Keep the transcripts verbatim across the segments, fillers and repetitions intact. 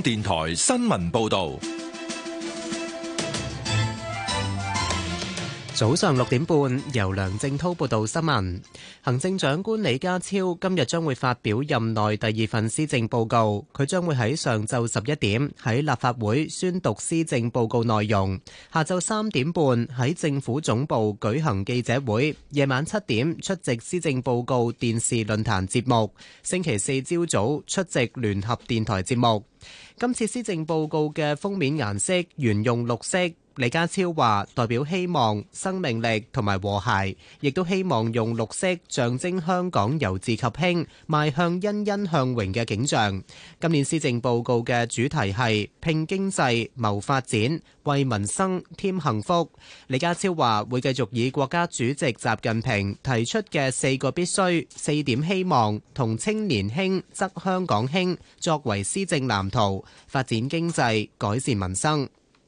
港電台新聞報道。 早上六點半，由梁正滔報道新聞。行政長官李家超今日將會發表任內第二份施政報告，佢將會喺上晝十一點喺立法會宣讀施政報告內容，下晝三點半喺政府總部舉行記者會，夜晚七點出席施政報告電視論壇節目，星期四朝早出席聯合電台節目。今次施政報告嘅封面顏色沿用綠色。李家超話代表希望、生命力同埋和諧，亦都希望用綠色象徵香港由治及興，邁向欣欣向榮嘅景象。今年施政報告嘅主題係拼經濟、謀發展、為民生添幸福。李家超話會繼續以國家主席習近平提出嘅四個必須、四點希望同青年興則香港興作為施政藍圖，發展經濟、改善民生。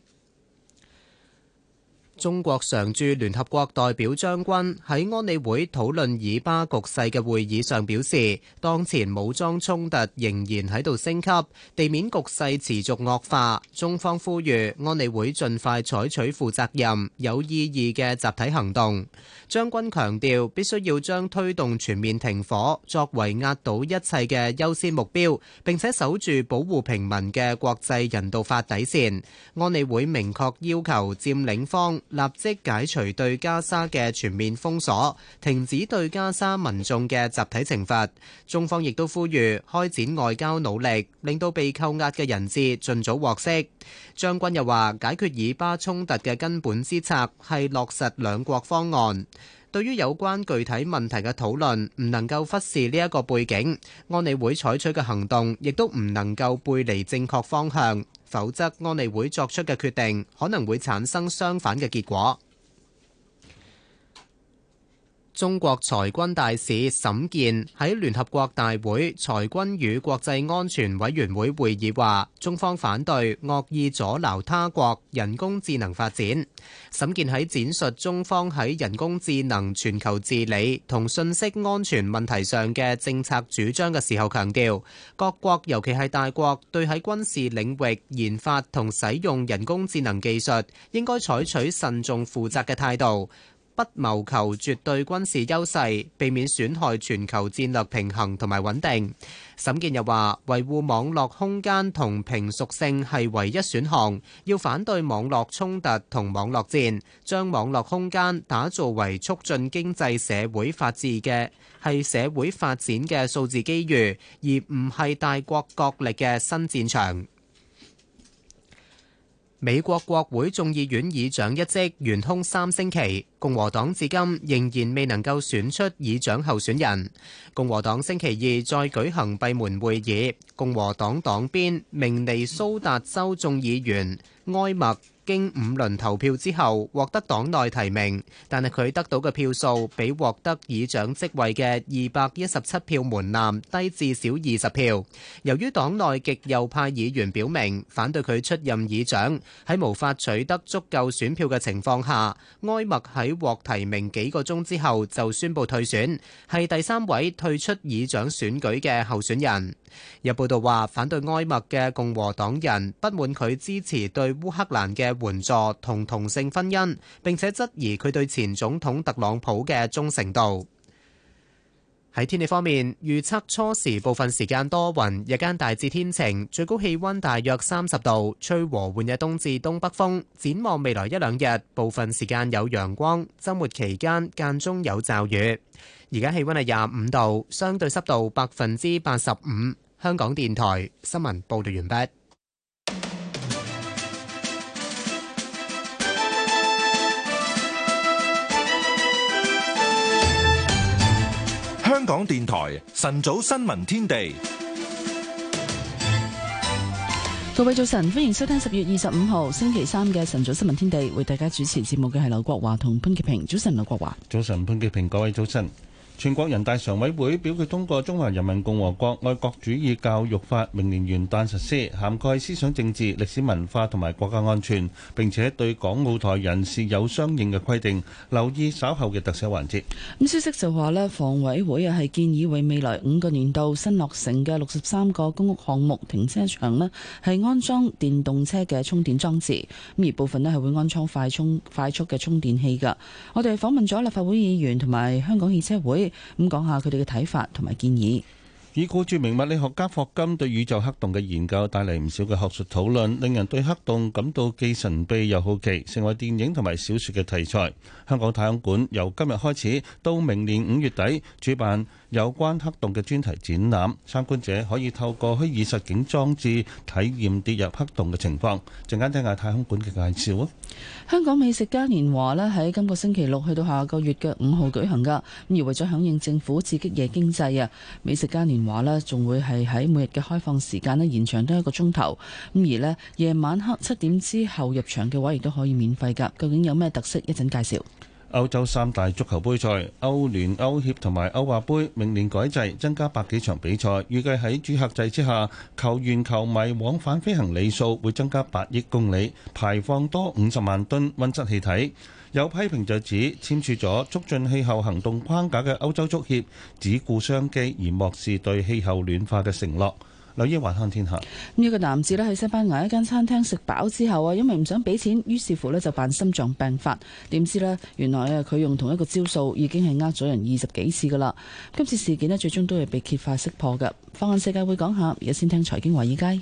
中國常駐聯合國代表張軍喺安理會討論以巴局勢嘅會議上表示，當前武裝衝突仍然喺度升級，地面局勢持續惡化。中方呼籲安理會盡快採取負責任、有意義嘅集體行動。張軍強調，必須要將推動全面停火作為壓倒一切嘅優先目標，並且守住保護平民嘅國際人道法底線。安理會明確要求佔領方立即解除對加沙嘅全面封鎖，停止對加沙民眾嘅集體懲罰。中方亦都呼籲開展外交努力，令到被扣押嘅人質盡早獲釋。張軍又話，解決以巴衝突嘅根本之策係落實兩國方案。對於有關具體問題嘅討論，唔能夠忽視呢一個背景，安理會採取嘅行動亦都唔能夠背離正確方向，否則安理會作出嘅決定可能會產生相反嘅結果。中國裁軍大使沈健喺聯合國大會裁軍與國際安全委員會會議話，中方反對惡意阻撓他國人工智能發展。沈健喺展述中方喺人工智能全球治理同信息安全問題上嘅政策主張嘅時候強調，各國尤其係大國對喺軍事領域研發同使用人工智能技術應該採取慎重負責嘅態度，不謀求絕對軍事優勢，避免損害全球戰略平衡同埋穩定。沈健又話，維護網絡空間同平屬性係唯一選項，要反對網絡衝突同網絡戰，將網絡空間打造為促進經濟社會法治嘅係社會發展嘅數字機遇，而唔係大國角力嘅新戰場。美國國會眾議院議長一職懸空三星期，共和黨至今仍然未能夠選出議長候選人。共和黨星期二再舉行閉門會議，共和黨黨鞭明尼蘇達州眾議員埃默經五輪投票之後獲得黨內提名，但係佢得到嘅票數比獲得議長職位嘅二百一十七票門檻低至少二十票。由於黨內極右派議員表明反對佢出任議長，喺無法取得足夠選票嘅情況下，埃默喺獲提名幾個鐘之後就宣布退選，係第三位退出議長選舉嘅候選人。有報道話，反對埃默嘅共和黨人不滿佢支持對烏克蘭嘅援助同同性婚姻，並且質疑佢對前總統特朗普嘅忠誠度。喺天氣方面，預測初時部分時間多雲，日間大致天晴，最高氣溫大約三十度，吹和緩嘅東至東北風。展望未來一兩日，部分時間有陽光，週末期間間中有驟雨。而家氣溫係廿五度，相對濕度百分之八十五。香港電台新聞報道完畢。 香港電台晨早新聞天地， 各位早晨，歡迎收聽十月二十五號星期三嘅晨早新聞天地，為大家主持節目嘅係劉國華同潘潔平。早晨，劉國華。 早晨，潘潔平。各位早晨。 全國人大常委會表決通過《中華人民共和國愛國主義教育法》，明年元旦實施，涵蓋思想政治、歷史文化同埋國家安全，並且對港澳台人士有相應嘅規定。留意稍後嘅特寫環節。 咁消息就話呢，房委會啊係建議為未來五個年度新落成嘅六十三個公屋項目停車場呢係安裝電動車嘅充電裝置，咁而部分呢係會安裝快充快速嘅充電器㗎。我哋訪問咗立法會議員同埋香港汽車會，咁講下佢哋嘅睇法同埋建議。 已故著名物理學家霍金對宇宙黑洞嘅研究帶嚟唔少嘅學術討論，令人對黑洞感到既神秘又好奇，成為電影同埋小說嘅題材。香港太空館由今日開始到明年五月底主辦有關黑洞嘅專題展覽，參觀者可以透過虛擬實境裝置體驗跌入黑洞嘅情況。陣間聽下太空館嘅介紹啊！ 香港美食嘉年華呢喺今個星期六去到下個月嘅五號舉行噶，咁而為咗響應政府刺激夜經濟啊，美食嘉年華呢仲會係喺每日嘅開放時間呢延長多一個鐘頭，咁而呢夜晚黑七點之後入場嘅話亦都可以免費噶。究竟有咩特色？一陣介紹。 歐洲三大足球杯賽，歐聯、歐協同埋歐霸杯明年改制，增加百幾場比賽。預計喺主客制之下，球員球迷往返飛行里數會增加八億公里，排放多五十萬噸溫室氣體。有批評就指簽署咗促進氣候行動框架嘅歐洲足協只顧商機而漠視對氣候暖化嘅承諾。留意環看天下。 呢個男子咧喺西班牙一間餐廳食飽之後啊，因為唔想俾錢，於是乎咧就扮心臟病發。點知呢？原來啊佢用同一個招數已經係呃咗人二十幾次噶啦。今次事件咧最終都係被揭發識破嘅。放眼世界會講下，而家先聽財經華爾街。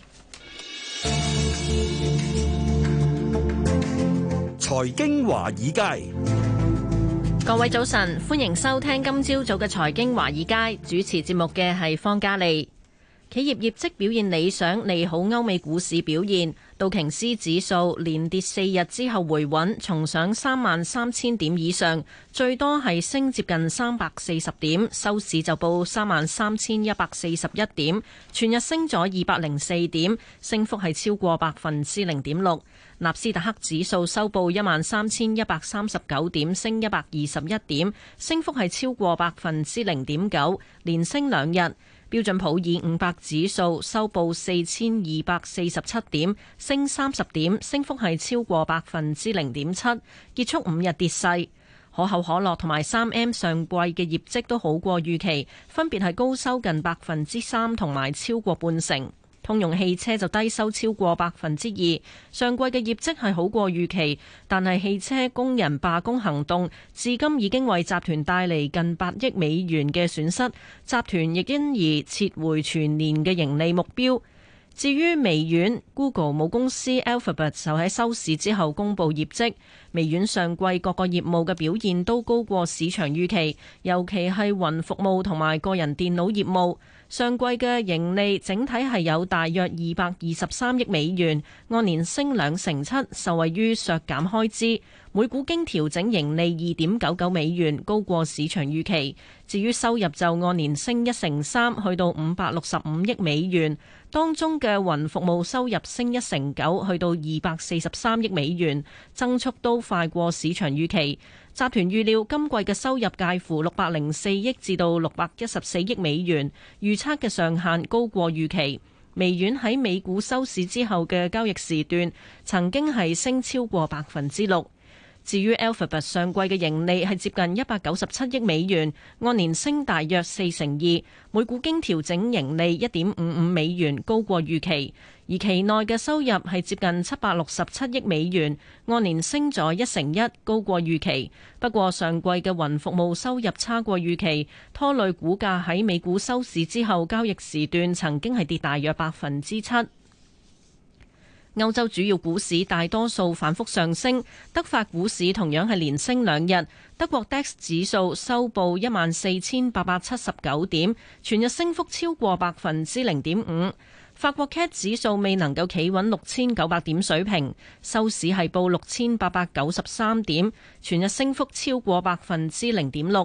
財經華爾街， 各位早晨，歡迎收聽今朝早嘅財經華爾街。主持節目嘅係方嘉利。企業業績表現理想，利好歐美股市表現。道瓊斯指數連跌四日之後回穩，重上三萬三千點以上，最多係升接近三百四十點，收市就報三萬三千一百四十一點，全日升咗二百零四點，升幅係超過百分之零點六。納斯達克指數收報一萬三千一百三十九點，升一百二十一點，升幅係超過百分之零點九，連升兩日。標準普爾五百指數收報四千二百四十七點，升三十點，升幅係超過百分之零點七，結束五日跌勢。可口可樂同埋三 M 上季嘅業績都好過預期，分別係高收近百分之三同埋超過半成。通用汽車就低收超過百分之二，上季嘅業績係好過預期，但係汽車工人罷工行動至今已經為集團帶嚟近八億美元嘅損失，集團亦因而撤回全年嘅盈利目標。至於微軟 Google 母公司 Alphabet 就喺收市之後公布業績，微軟上季各個業務嘅表現都高過市場預期，尤其係雲服務同埋個人電腦業務。上季嘅盈利整體係有大約二百二十三億美元，按年升兩成七，受惠於削減開支。每股經調整盈利二點九九美元，高過市場預期。至於收入就按年升一成三，去到五百六十五億美元，當中嘅雲服務收入升一成九，去到二百四十三億美元，增速都快過市場預期。集團預料今季嘅收入介乎六百零四億至到六百一十四億美元，預測嘅上限高過預期。微軟喺美股收市之後嘅交易時段，曾經係升超過百分之六。至於 Alphabet 上季嘅盈利係接近一百九十七億美元，按年升大約四成二，每股經調整盈利一點五五美元，高過預期。而期內嘅收入係接近七百六十七億美元，按年升咗一成一，高過預期。不過上季嘅雲服務收入差過預期，拖累股價喺美股收市之後交易時段曾經係跌大約百分之七。歐洲主要股市大多數反覆上升，德法股市同樣係連升兩日。德國 D A X 指數收報一萬四千八百七十九點，全日升幅超過百分之零點五。法國 C A C 指數未能夠企穩六千九百點水平，收市係報六千八百九十三點，全日升幅超過百分之零點六。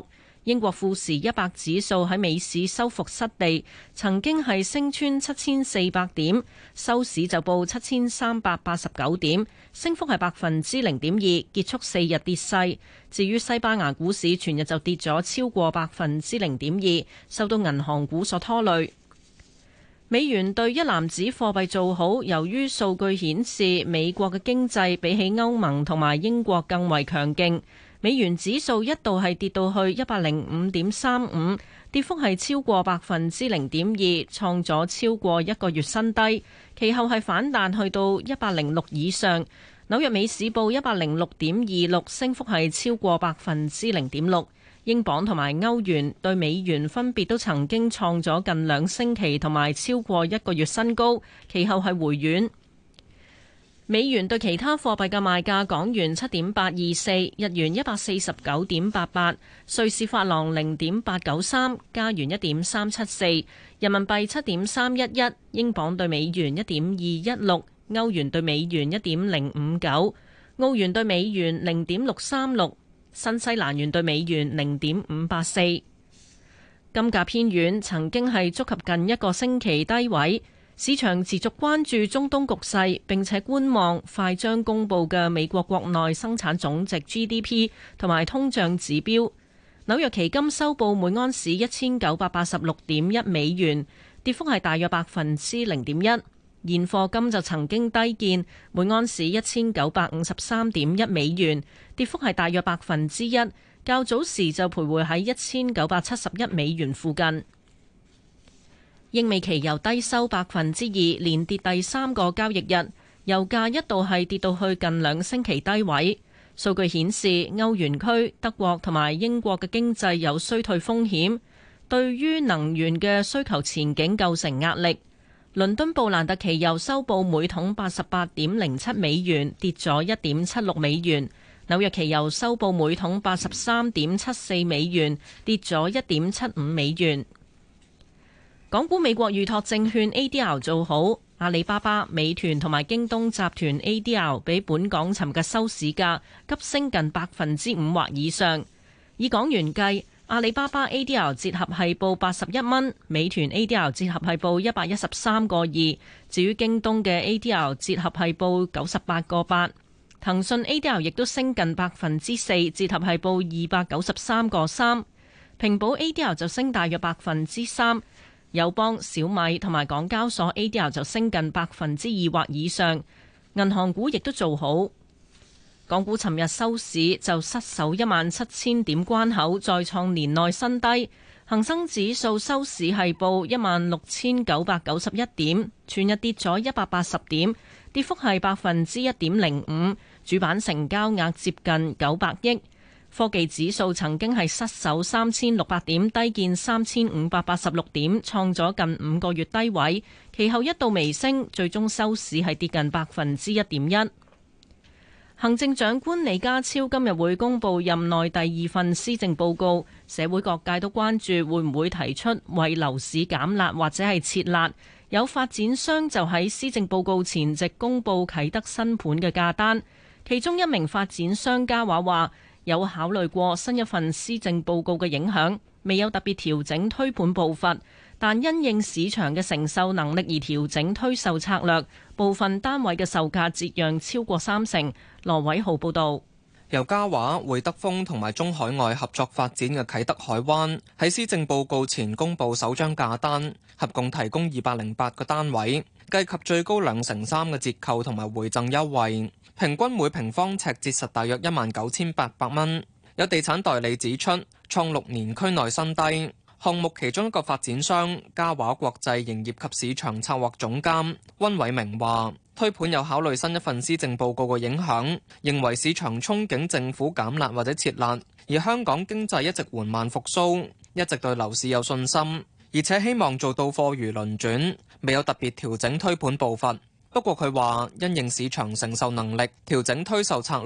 英國富時一百指數喺美市收復失地，曾經係升穿七千四百點，收市就報七千三百八十九點，升幅係百分之零點二，結束四日跌勢。至於西班牙股市，全日就跌咗超過百分之零點二，受到銀行股所拖累。美元對一籃子貨幣做好，由於數據顯示美國嘅經濟比起歐盟同埋英國更為強勁。美元指數一度係跌到去一百零五點三五，跌幅係超過百分之零點二，創咗超過一個月新低。其後係反彈去到一百零六以上。紐約美市報一百零六點二六，升幅係超過百分之零點六。英鎊同埋歐元對美元分別都曾經創咗近兩星期同埋超過一個月新高，其後係回軟。美元對其他貨幣嘅賣價：港元七點八二四，日元一百四十九點八八，瑞士法郎零點八九三，加元一點三七四，人民幣七點三一一，英鎊對美元一點二一六，歐元對美元一點零五九，澳元對美元零點六三六，新西蘭元對美元零點五八四。金價偏軟，曾經係觸及近一個星期低位。市場持續關注中東局勢，並且觀望快將公佈嘅美國國內生產總值 G D P 同埋通脹指標。紐約期金收報每安士一千九百八十六點一美元，跌幅係大約百分之零點一。現貨金就曾經低見每安士一千九百五十三點一美元，跌幅係大約百分之一。較早時就徘徊喺一千九百七十一美元附近。英美期油低收百分之二，連跌第三個交易日，油價一度係跌到去近兩星期低位。數據顯示，歐元區、德國同埋英國嘅經濟有衰退風險，對於能源嘅需求前景構成壓力。倫敦布蘭特期油收報每桶八十八點零七美元，跌咗一點七六美元。紐約期油收報每桶八十三點七四美元，跌咗一點七五美元。港股美國預託證券 A D R 做好，阿里巴巴、美團同埋京東集團 A D R 比本港尋日收市價急升近百分之五或以上。以港元計，阿里巴巴 A D R 折合係報八十一蚊，美團 A D R 折合係報一百一十三個二，至於京東嘅 A D R 折合係報九十八個八。騰訊 A D R 亦都升近百分之四，折合係報二百九十三個三。平保 A D R 就升大約百分之三。友邦、小米同埋港交所 A D R 就升近百分之二或以上，銀行股亦都做好。港股尋日收市就失守一萬七千點關口，再創年內新低。恒生指數收市係報一萬六千九百九十一點，全日跌咗一百八十點，跌幅係百分之一點零五。主板成交額接近九百億。科技指數曾經係失守三千六百點，低見三千五百八十六點，創咗近五個月低位。其後一度微升，最終收市係跌近百分之一點一。行政長官李家超今日會公布任內第二份施政報告，社會各界都關注會唔會提出為樓市減辣或者係撤辣。有發展商就喺施政報告前夕公布啟德新盤嘅價單，其中一名發展商家話話，有考慮過新一份施政報告嘅影響，未有特別調整推盤步伐，但因應市場嘅承受能力而調整推售策略，部分單位嘅售價折讓超過三成。羅偉豪報導。 由嘉華、會德豐同埋中海外合作發展嘅啟德海灣喺施政報告前公布首張價單，合共提供二百零八個單位，計及最高兩成三嘅折扣同埋回贈優惠。平均每平方尺折實大約一萬九千八百蚊。有地產代理指出，創六年區內新低。項目其中一個發展商嘉華國際營業及市場策劃總監溫偉明話，推盤有考慮新一份施政報告嘅影響，認為市場憧憬政府減辣或者撤辣，而香港經濟一直緩慢復甦，一直對樓市有信心，而且希望做到貨如輪轉，未有特別調整推盤步伐。不過佢話，因應市場承受能力，調整推售策略，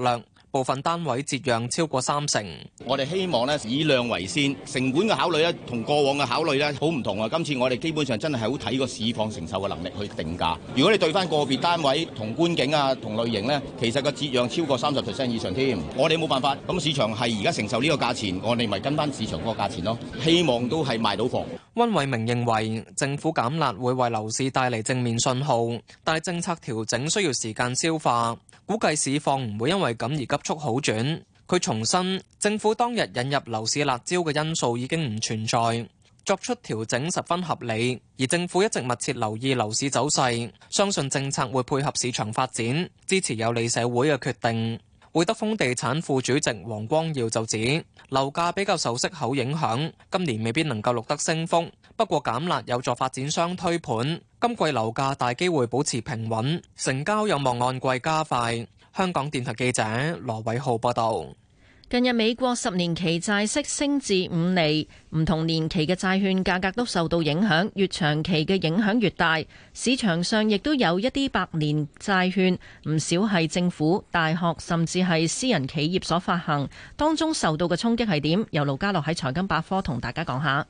部分單位折讓超過三成。 我哋希望咧以量為先，成本嘅考慮咧同過往嘅考慮咧好唔同啊！今次我哋基本上真係好睇個市況承受嘅能力去定價。如果你對翻個別單位同觀景啊同類型咧，其實個折讓超過三十 percent 以上添。我哋冇辦法，咁市場係而家承受呢個價錢，我哋咪跟翻市場嗰個價錢咯。希望都係賣到貨。 溫偉明認為政府減辣會為樓市帶嚟正面信號，但係政策調整需要時間消化，估計市況唔會因為咁而急速好轉。佢重申，政府當日引入樓市辣招嘅因素已經唔存在，作出調整十分合理。而政府一直密切留意樓市走勢，相信政策會配合市場發展，支持有利社會嘅決定。會德豐地產副主席黃光耀就指，樓價比較受息口影響，今年未必能夠錄得升幅。不過減辣有助發展商推盤，今季樓價大機會保持平穩，成交有望按季加快。香港電台記者羅偉浩報道。 近日美國十年期債息升至五厘，唔同年期嘅債券價格都受到影響，越長期嘅影響越大。市場上亦都有一啲百年債券，唔少係政府、大學甚至係私人企業所發行，當中受到嘅衝擊係點？由盧家樂喺財金百科同大家講下。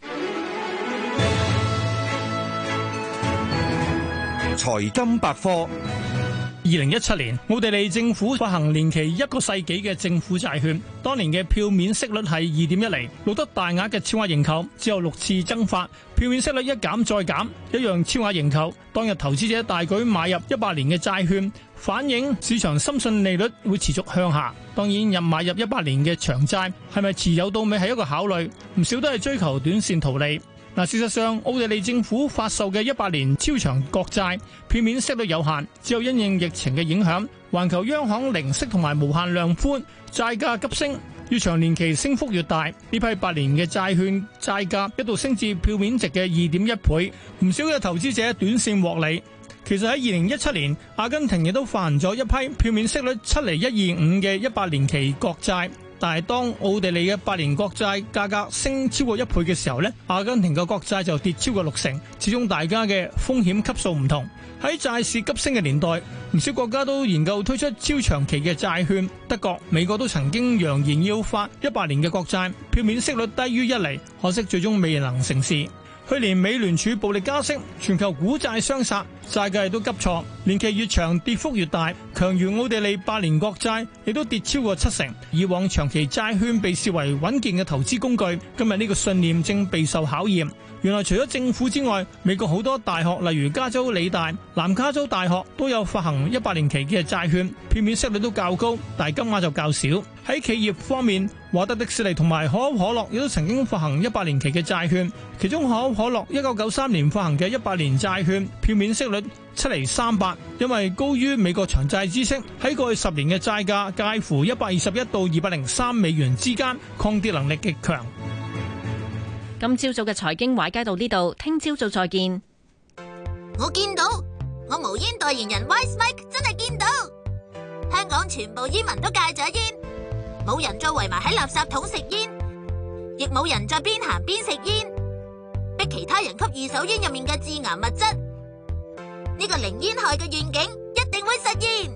財金百科。 二零一七年，奧地利政府發行年期一個世紀嘅政府債券，當年嘅票面息率係二點一厘，錄得大額嘅超額認購，之後六次增發，票面息率一減再減，一樣超額認購。當日投資者大舉買入一百年嘅債券，反映市場深信利率會持續向下。當然，入買入一百年嘅長債係咪持有到尾係一個考慮，唔少都係追求短線圖利。嗱，事實上，奧地利政府發售嘅一百年超長國債，票面息率有限，只有因應疫情嘅影響，環球央行零息同埋無限量寬，債價急升，越長年期升幅越大。呢批百年嘅債券債價一度升至票面值嘅二點一倍，唔少嘅投資者短線獲利。其實喺二零一七年，阿根廷亦都發行咗一批票面息率七厘一二五嘅一百年期國債。但係當奧地利嘅百年國債價格升超過一倍嘅時候呢，阿根廷嘅國債就跌超過六成。始終大家嘅風險級數唔同。喺債市急升嘅年代，唔少國家都研究推出超長期嘅債券。德國、美國都曾經揚言要發一百年嘅國債，票面息率低於一厘，可惜最終未能成事。去年美聯儲暴力加息，全球股債雙殺，債價亦都急挫，年期越長跌幅越大。強如奧地利百年國債亦都跌超過七成。以往長期債券被視為穩健嘅投資工具，今日呢個信念正備受考驗。原來除咗政府之外，美國好多大學，例如加州理大、南加州大學都有發行一百年期嘅債券，票面息率都較高，但係金額就較少。喺企業方面，華特迪士尼同埋可口可樂亦都曾經發行一百年期嘅債券，其中可口可樂一九九三年發行嘅一百年債券，票面息率七厘三八，因為高於美國長債孳息，喺過去十年嘅債價介乎一百二十一到二百零三美元之間，抗跌能力極強。 今朝早嘅財經華爾街到呢度，聽朝早再見。 我見到，我無煙代言人 Wise Mike 真係見到，香港全部煙民都戒咗煙，冇人再圍埋喺垃圾桶食煙，亦冇人再邊行邊食煙，逼其他人吸二手煙入面嘅致癌物質。呢個零煙害嘅願景一定會實現。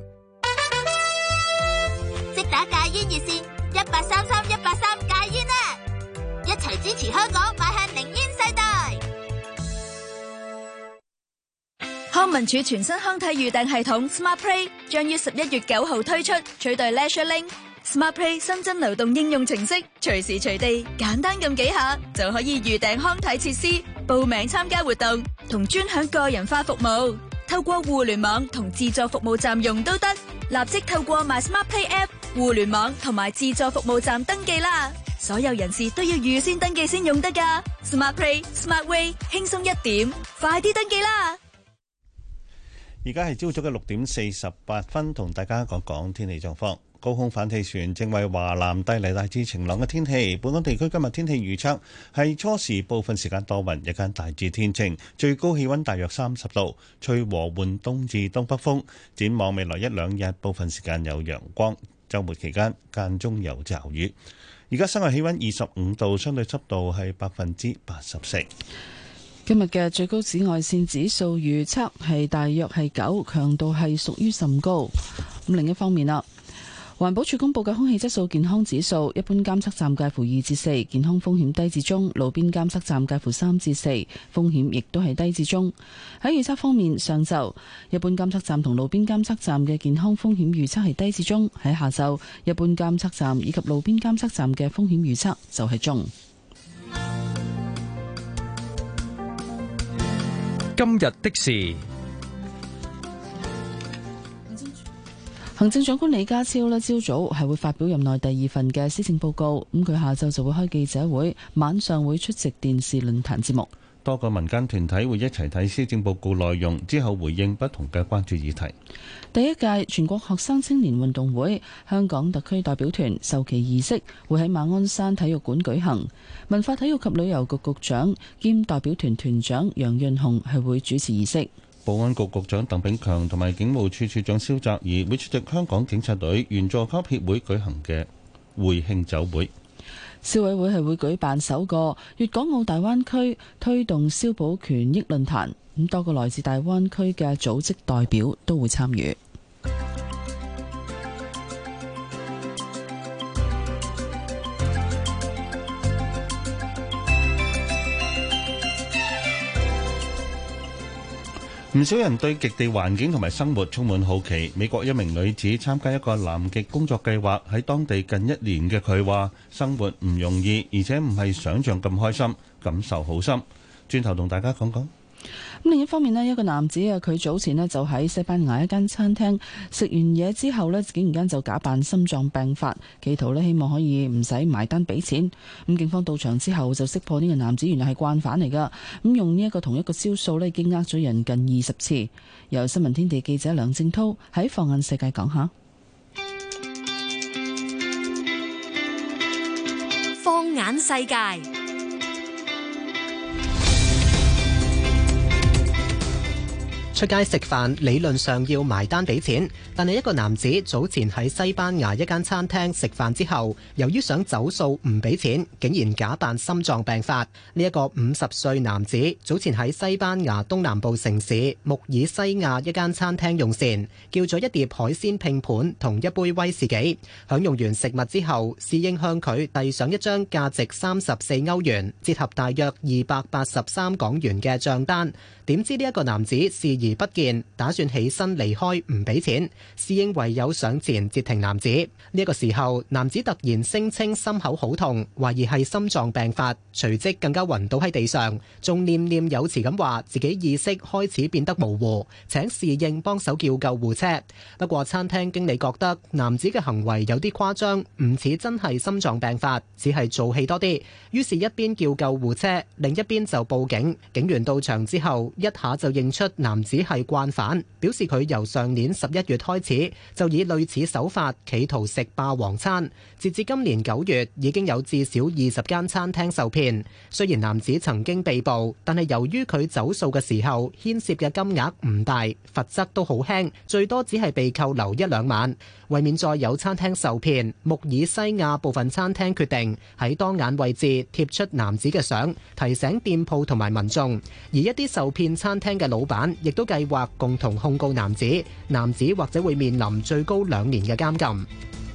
即打戒煙熱線一八三三一八三戒煙啊！一齊支持香港邁向零煙世代。 康文署全新康體預訂系統 Smart Play 將於十一月九號推出，取代 Leisure Link。Smart Play 新增流動應用程式，隨時隨地簡單撳幾下就可以預訂康體設施、報名參加活動同專享個人化服務。透過互聯網同自助服務站用都得，立即透過 My Smart Play App、互聯網同埋自助服務站登記啦。所有人士都要預先登記先用得㗎。Smart Play Smart Way 輕鬆一點，快啲登記啦！ 而家係朝早嘅六點四十八分，同大家講講天氣狀況。高空反氣旋正為華南帶嚟大致晴朗嘅天氣。本港地區今日天氣預測係初時部分時間多雲，日間大致天晴，最高氣溫大約三十度，吹和緩東至東北風。展望未來一兩日，部分時間有陽光，週末期間間中有驟雨。而家室外氣溫二十五度，相對濕度係百分之八十四。 今日嘅最高紫外線指數預測係大約係九，強度係屬於甚高。咁另一方面啦， 環保署公布嘅空氣質素健康指數，一般監測站介乎二至四，健康風險低至中；路邊監測站介乎三至四，風險亦都係低至中。喺預測方面，上晝一般監測站同路邊監測站嘅健康風險預測係低至中；喺下晝，一般監測站以及路邊監測站嘅風險預測就係中。 今日的事。 行政長官李家超呢朝早係會發表任內第二份嘅施政報告，咁佢下晝就會開記者會，晚上會出席電視論壇節目。 多個民間團體會一齊睇施政報告內容，之後回應不同嘅關注議題。 第一屆全國學生青年運動會香港特區代表團授旗儀式會喺馬鞍山體育館舉行，文化體育及旅遊局局長兼代表團團長楊潤雄係會主持儀式。 保安局局長鄧炳強同埋警務處處長蕭澤頤會出席香港警察隊員佐級協會舉行嘅會慶酒會。 消委會係會舉辦首個粵港澳大灣區推動消保權益論壇，咁多個來自大灣區嘅組織代表都會參與。 唔少人對極地環境同埋生活充滿好奇。美國一名女子參加一個南極工作計劃，喺當地近一年嘅佢話，生活唔容易，而且唔係想像咁開心，感受好深。轉頭同大家講講。 咁另一方面呢，一個男子啊，佢早前呢就喺西班牙一間餐廳食完嘢之後呢，竟然間就假扮心臟病發，企圖呢希望可以唔使埋單俾錢。咁警方到場之後就識破呢個男子原來係慣犯嚟噶，咁用呢一個同一個招數呢已經呃咗人近二十次。由新聞天地記者梁正濤喺放眼世界講下。 放眼世界。 出街食飯理論上要埋單俾錢，但係一個男子早前喺西班牙一間餐廳食飯之後，由於想走數唔俾錢，竟然假扮心臟病發。呢一個五十歲男子早前喺西班牙東南部城市穆爾西亞一間餐廳用膳，叫咗一碟海鮮拼盤同一杯威士忌。享用完食物之後，侍應向佢遞上一張價值三十四歐元，折合大約二百八十三港元嘅賬單。點知呢一個男子視而不見，打算起身離開唔俾錢，侍應唯有上前截停男子。呢、這、一個時候，男子突然聲稱心口好痛，懷疑係心臟病發，隨即更加暈倒喺地上，仲念念有詞咁話自己意識開始變得模糊，請侍應幫手叫救護車。不過餐廳經理覺得男子嘅行為有啲誇張，唔似真係心臟病發，只係做戲多啲，於是一邊叫救護車，另一邊就報警。警員到場之後，一下就認出男子係慣犯，表示佢由上年十一月開始就以類似手法企圖食霸王餐。截至今年九月，已經有至少二十間餐廳受騙。雖然男子曾經被捕，但係由於佢走數嘅時候牽涉嘅金額唔大，罰則都好輕，最多只係被扣留一兩晚。為免再有餐廳受騙，穆爾西亞部分餐廳決定喺當眼位置貼出男子嘅相，提醒店鋪同埋民眾。而一啲受騙餐廳嘅老闆亦都計劃共同控告男子，男子或者會面臨最高兩年嘅監禁。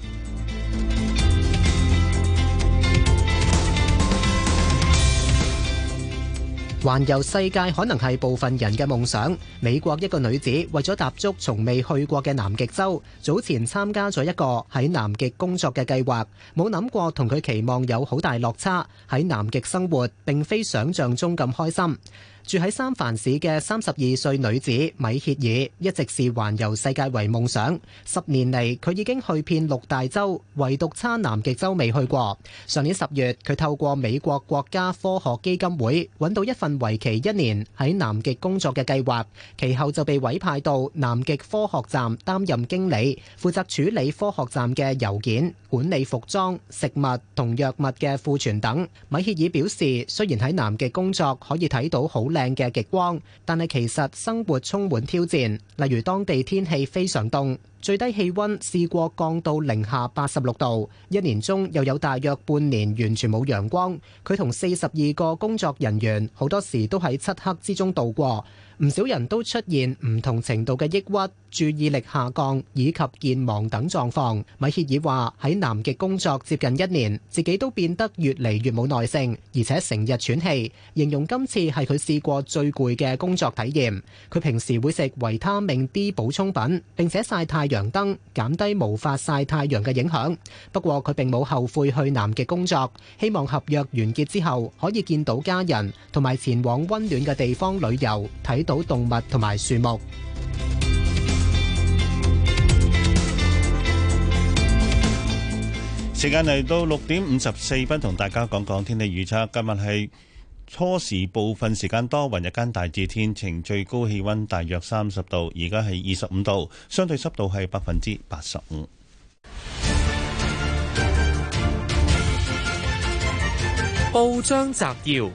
環遊世界可能係部分人嘅夢想。美國一個女子為咗踏足從未去過嘅南極洲，早前參加咗一個喺南極工作嘅計劃，冇諗過同佢期望有好大落差。喺南極生活並非想象中咁開心。住喺三藩市嘅三十二歲女子米歇爾一直視環遊世界為夢想。十年嚟，佢已經去遍六大洲，唯獨差南極洲未去過。上年十月，佢透過美國國家科學基金會揾到一份為期一年喺南極工作嘅計劃，其後就被委派到南極科學站擔任經理，負責處理科學站嘅郵件、管理服裝、食物同藥物嘅庫存等。米歇爾表示，雖然喺南極工作可以睇到好靚嘅極光，但係其實生活充滿挑戰，例如當地天氣非常凍，最低氣溫試過降到零下八十六度，一年中又有大約半年完全冇陽光。佢同四十二個工作人員好多時都喺漆黑之中度過。 唔少人都出現唔同程度嘅抑鬱、注意力下降以及健忘等狀況。米歇爾話喺南極工作接近一年，自己都變得越嚟越冇耐性，而且成日喘氣，形容今次係佢試過最攰嘅工作體驗。佢平時會食維他命 D 補充品，並且曬太陽燈，減低無法曬太陽嘅影響。不過佢並冇後悔去南極工作，希望合約完結之後可以見到家人，同埋前往溫暖嘅地方旅遊，睇到動物同埋樹木。 時間嚟到六點五十四分，同大家講講天氣預測。今日係初時部分時間多雲，日間大致天晴，最高氣溫大約三十度，而家係二十五度，相對濕度係百分之八十五。 報章摘要。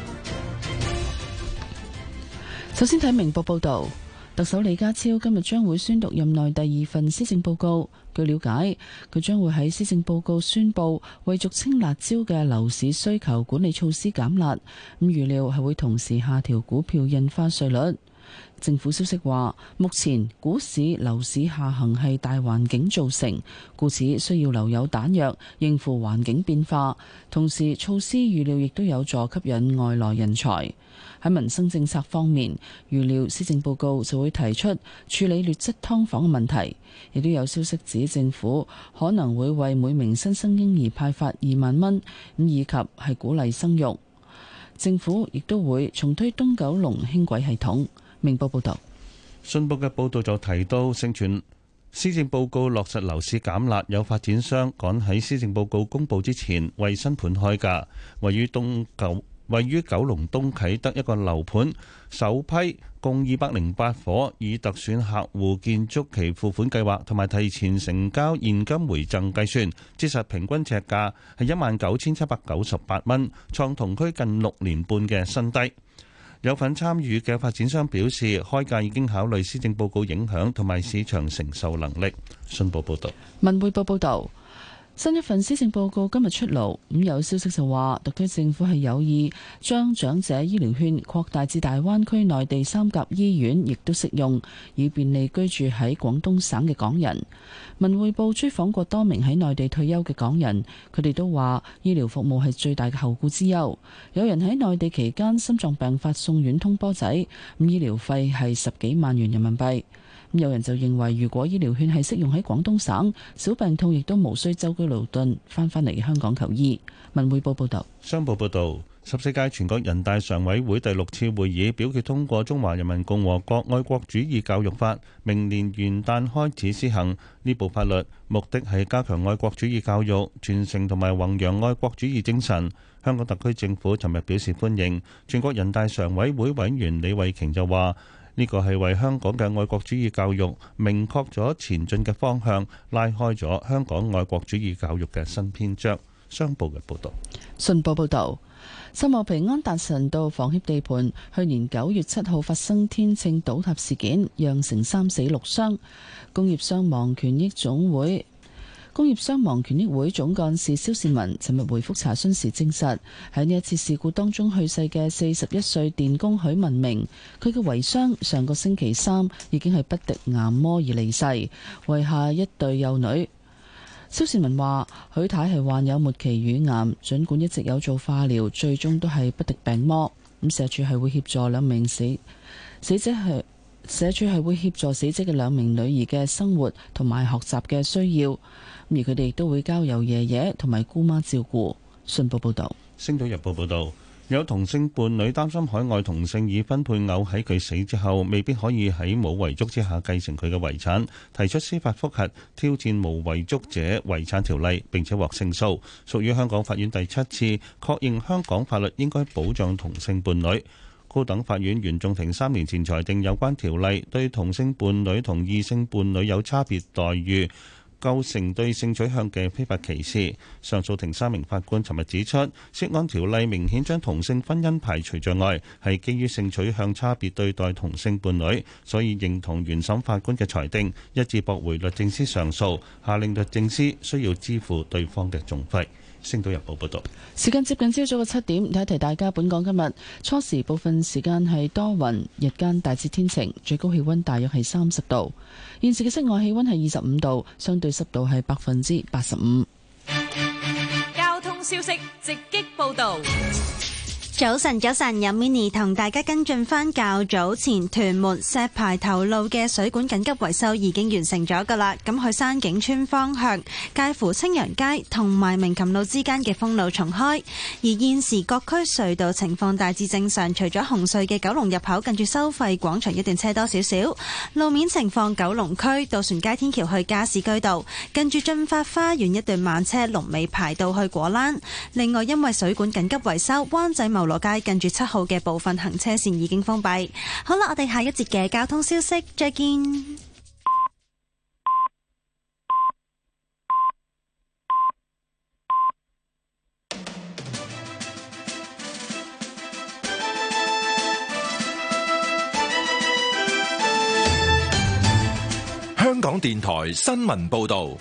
首先睇明報報道，特首李家超今日將會宣讀任內第二份施政報告。據了解，佢將會喺施政報告宣布為俗稱辣招嘅樓市需求管理措施減辣，咁預料係會同時下調股票印花稅率。政府消息話，目前股市樓市下行係大環境造成，故此需要留有彈藥應付環境變化。同時，措施預料亦都有助吸引外來人才。喺民生政策方面，預料施政報告就會提出處理劣質劏房嘅問題，亦都有消息指政府可能會為每名新生嬰兒派發二萬蚊，咁以及係鼓勵生育。政府亦都會重推東九龍輕軌系統。明報報道。 信報嘅報導就提到，盛傳施政報告落實樓市減辣，有發展商趕喺施政報告公佈之前為新盤開價。位於東九位於九龍東啟德一個樓盤，首批共二百零八伙，以特選客戶建築期付款計劃同埋提前成交現金回贈計算，折實平均尺價係一萬九千七百九十八蚊，創同區近六年半嘅新低。有份參與嘅發展商表示，開價已經考慮施政報告影響同埋市場承受能力。信報報道。 文匯報報道。新一份施政報告今日出爐，咁有消息就話，特區政府係有意將長者醫療券擴大至大灣區內地三甲醫院，亦都適用，以便利居住喺廣東省嘅港人。文匯報追訪過多名喺內地退休嘅港人，佢哋都話醫療服務係最大嘅後顧之憂。有人喺內地期間心臟病發送院通波仔，咁醫療費係十幾萬元人民幣。有人就認為，如果醫療券係適用喺廣東省，小病痛亦都無需舟車勞頓翻返嚟香港求醫。文匯報報道。 商報報導，十四屆全國人大常委會第六次會議表決通過《中華人民共和國愛國主義教育法》，明年元旦開始施行。呢部法律目的係加強愛國主義教育，傳承同埋弘揚愛國主義精神。香港特區政府尋日表示歡迎。全國人大常委會委員李慧瓊就話：呢個係為香港嘅愛國主義教育明確咗前進嘅方向，拉開咗香港愛國主義教育嘅新篇章。商報嘅報導。 信報報導，秀茂坪安達臣道房協地盤去年九月七號發生天秤倒塌事件，釀成三死六傷。工業傷亡權益總會工業傷亡權益會總幹事蕭倩文尋日回覆查詢時證實，喺呢一次事故當中去世嘅四十一歲電工許文明，佢嘅遺孀上個星期三已經係不敵癌魔而離世，遺下一對幼女。蕭倩文話：許太係患有末期乳癌，儘管一直有做化療，最終都係不敵病魔。咁社署係會協助兩名死死者係社署係會協助死者嘅兩名女兒嘅生活同埋學習嘅需要。而佢哋亦都會交由爺爺同埋姑媽照顧。信報報導。 《星島日報》報導，有同性伴侶擔心海外同性已婚配偶喺佢死之後未必可以喺冇遺囑之下繼承佢嘅遺產，提出司法覆核挑戰無遺囑者遺產條例，並且獲勝訴，屬於香港法院第七次確認香港法律應該保障同性伴侶。高等法院原訟庭三年前裁定有關條例對同性伴侶同異性伴侶有差別待遇，構成對性取向嘅非法歧視。上訴庭三名法官尋日指出，涉案條例明顯將同性婚姻排除在外，係基於性取向差別對待同性伴侶，所以認同原審法官嘅裁定，一致駁回律政司上訴，下令律政司需要支付對方嘅訟費。 星島日報報道。 時間接近朝早嘅七點，提一提大家，本港今日初時部分時間係多雲，日間大致天晴，最高氣溫大約係三十度。現時嘅室外氣溫係二十五度，相對濕度係百分之八十五。 交通消息直擊報道。 早晨，早晨，有 Mini 同大家跟進返較早前屯門石排頭路嘅水管緊急維修已經完成咗㗎喇。咁去山景村方向，介乎青陽街同埋鳴琴路之間嘅封路重開。而現時各區隧道情況大致正常，除咗紅隧嘅九龍入口近住收費廣場一段車多少少。路面情況，九龍區渡船街天橋去加士居道近住駿發花園一段慢車龍尾排到去果欄。另外，因為水管緊急維修，灣仔茂羅街近住七號嘅部分行車線已經封閉。好啦，我哋下一節嘅交通消息再見。 香港電台新聞報道。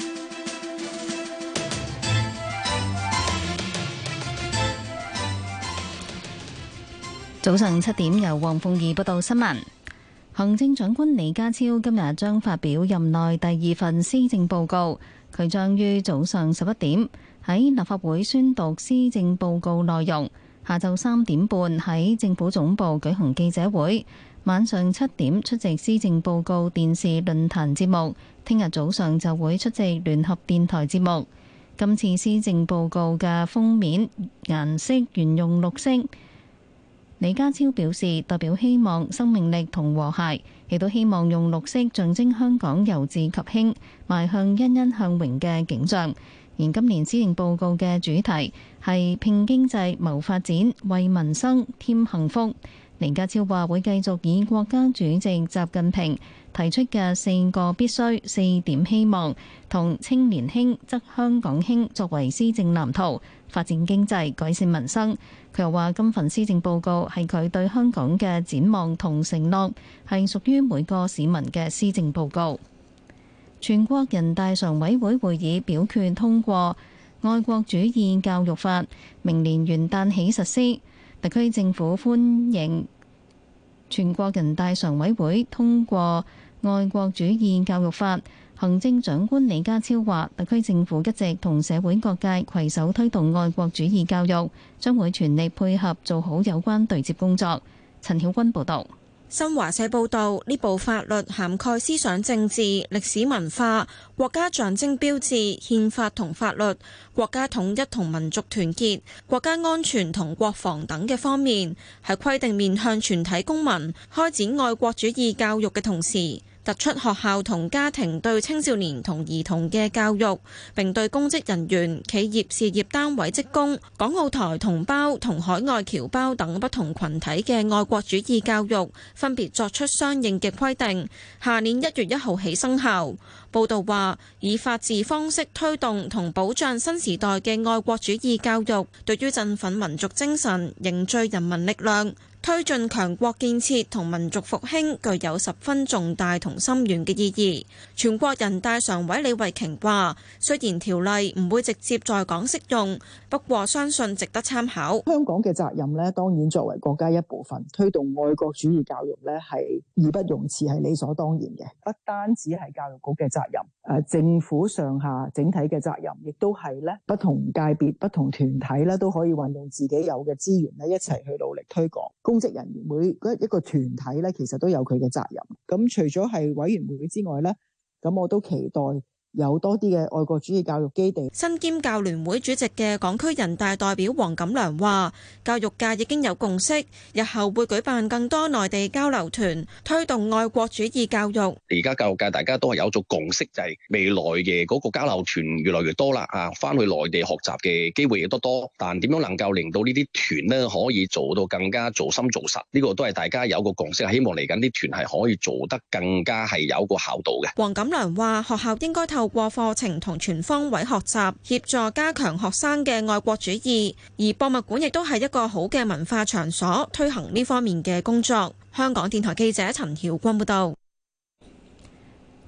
早上七點，由黃鳳儀報道新聞。行政長官李家超今日將發表任內第二份施政報告，佢將於早上十一點喺立法會宣讀施政報告內容，下晝三點半喺政府總部舉行記者會，晚上七點出席施政報告電視論壇節目，聽日早上就會出席聯合電台節目。今次施政報告嘅封面顏色沿用綠色。李家超表示，代表希望生命力同和諧，亦都希望用綠色象徵香港由治及興，邁向欣欣向榮嘅景象。而今年施政報告嘅主題係拼經濟、謀發展、為民生添幸福。李家超話會繼續以國家主席習近平提出嘅四個必須、四點希望同青年興則香港興作為施政藍圖，發展經濟、改善民生。佢又話今份施政報告係佢對香港嘅展望同承諾，係屬於每個市民嘅施政報告。全國人大常委會會議表決通過《愛國主義教育法》，明年元旦起實施。特區政府歡迎全國人大常委會通過《愛國主義教育法》。行政長官李家超話，特區政府一直同社會各界攜手推動愛國主義教育，將會全力配合做好有關對接工作。陳曉君報導。 新華社報道，呢部法律涵蓋思想政治、歷史文化、國家象徵標誌、憲法同法律、國家統一同民族團結、國家安全同國防等嘅方面，係規定面向全體公民開展愛國主義教育嘅同時，突出學校同家庭對青少年同兒童嘅教育，並對公職人員、企業事業單位職工、港澳台同胞同海外僑胞等不同群體嘅愛國主義教育，分別作出相應嘅規定，下年一月一號起生效。報道話，以法治方式推動同保障新時代嘅愛國主義教育，對於振奮民族精神、凝聚人民力量、推進強國建設同民族復興具有十分重大同深遠嘅意義。全國人大常委李慧瓊話，雖然條例唔會直接在港適用，不過相信值得參考。 香港嘅責任呢，當然作為國家一部分，推動愛國主義教育呢係義不容辭，係理所當然嘅。不單止係教育局嘅責任，誒政府上下整體嘅責任，亦都係咧不同界別、不同團體咧都可以運用自己有嘅資源咧，一齊去努力推廣。公職人員每一個團體咧，其實都有佢嘅責任。咁除咗係委員會之外咧，咁我都期待有多啲嘅愛國主義教育基地。 身兼教聯會主席嘅港區人大代表黃錦良話，教育界已經有共識，日後會舉辦更多內地交流團，推動愛國主義教育。 而家教育界大家都係有咗共識，就係未來嘅嗰個交流團越來越多啦，啊，翻去內地學習嘅機會亦都多。但點樣能夠令到呢啲團呢可以做到更加做深做實？呢個都係大家有個共識，希望嚟緊啲團係可以做得更加係有個效度嘅。 黃錦良話，學校應該透過課程同全方位學習，協助加強學生嘅愛國主義，而博物館亦都係一個好嘅文化場所，推行呢方面嘅工作。香港電台記者陳曉君報道。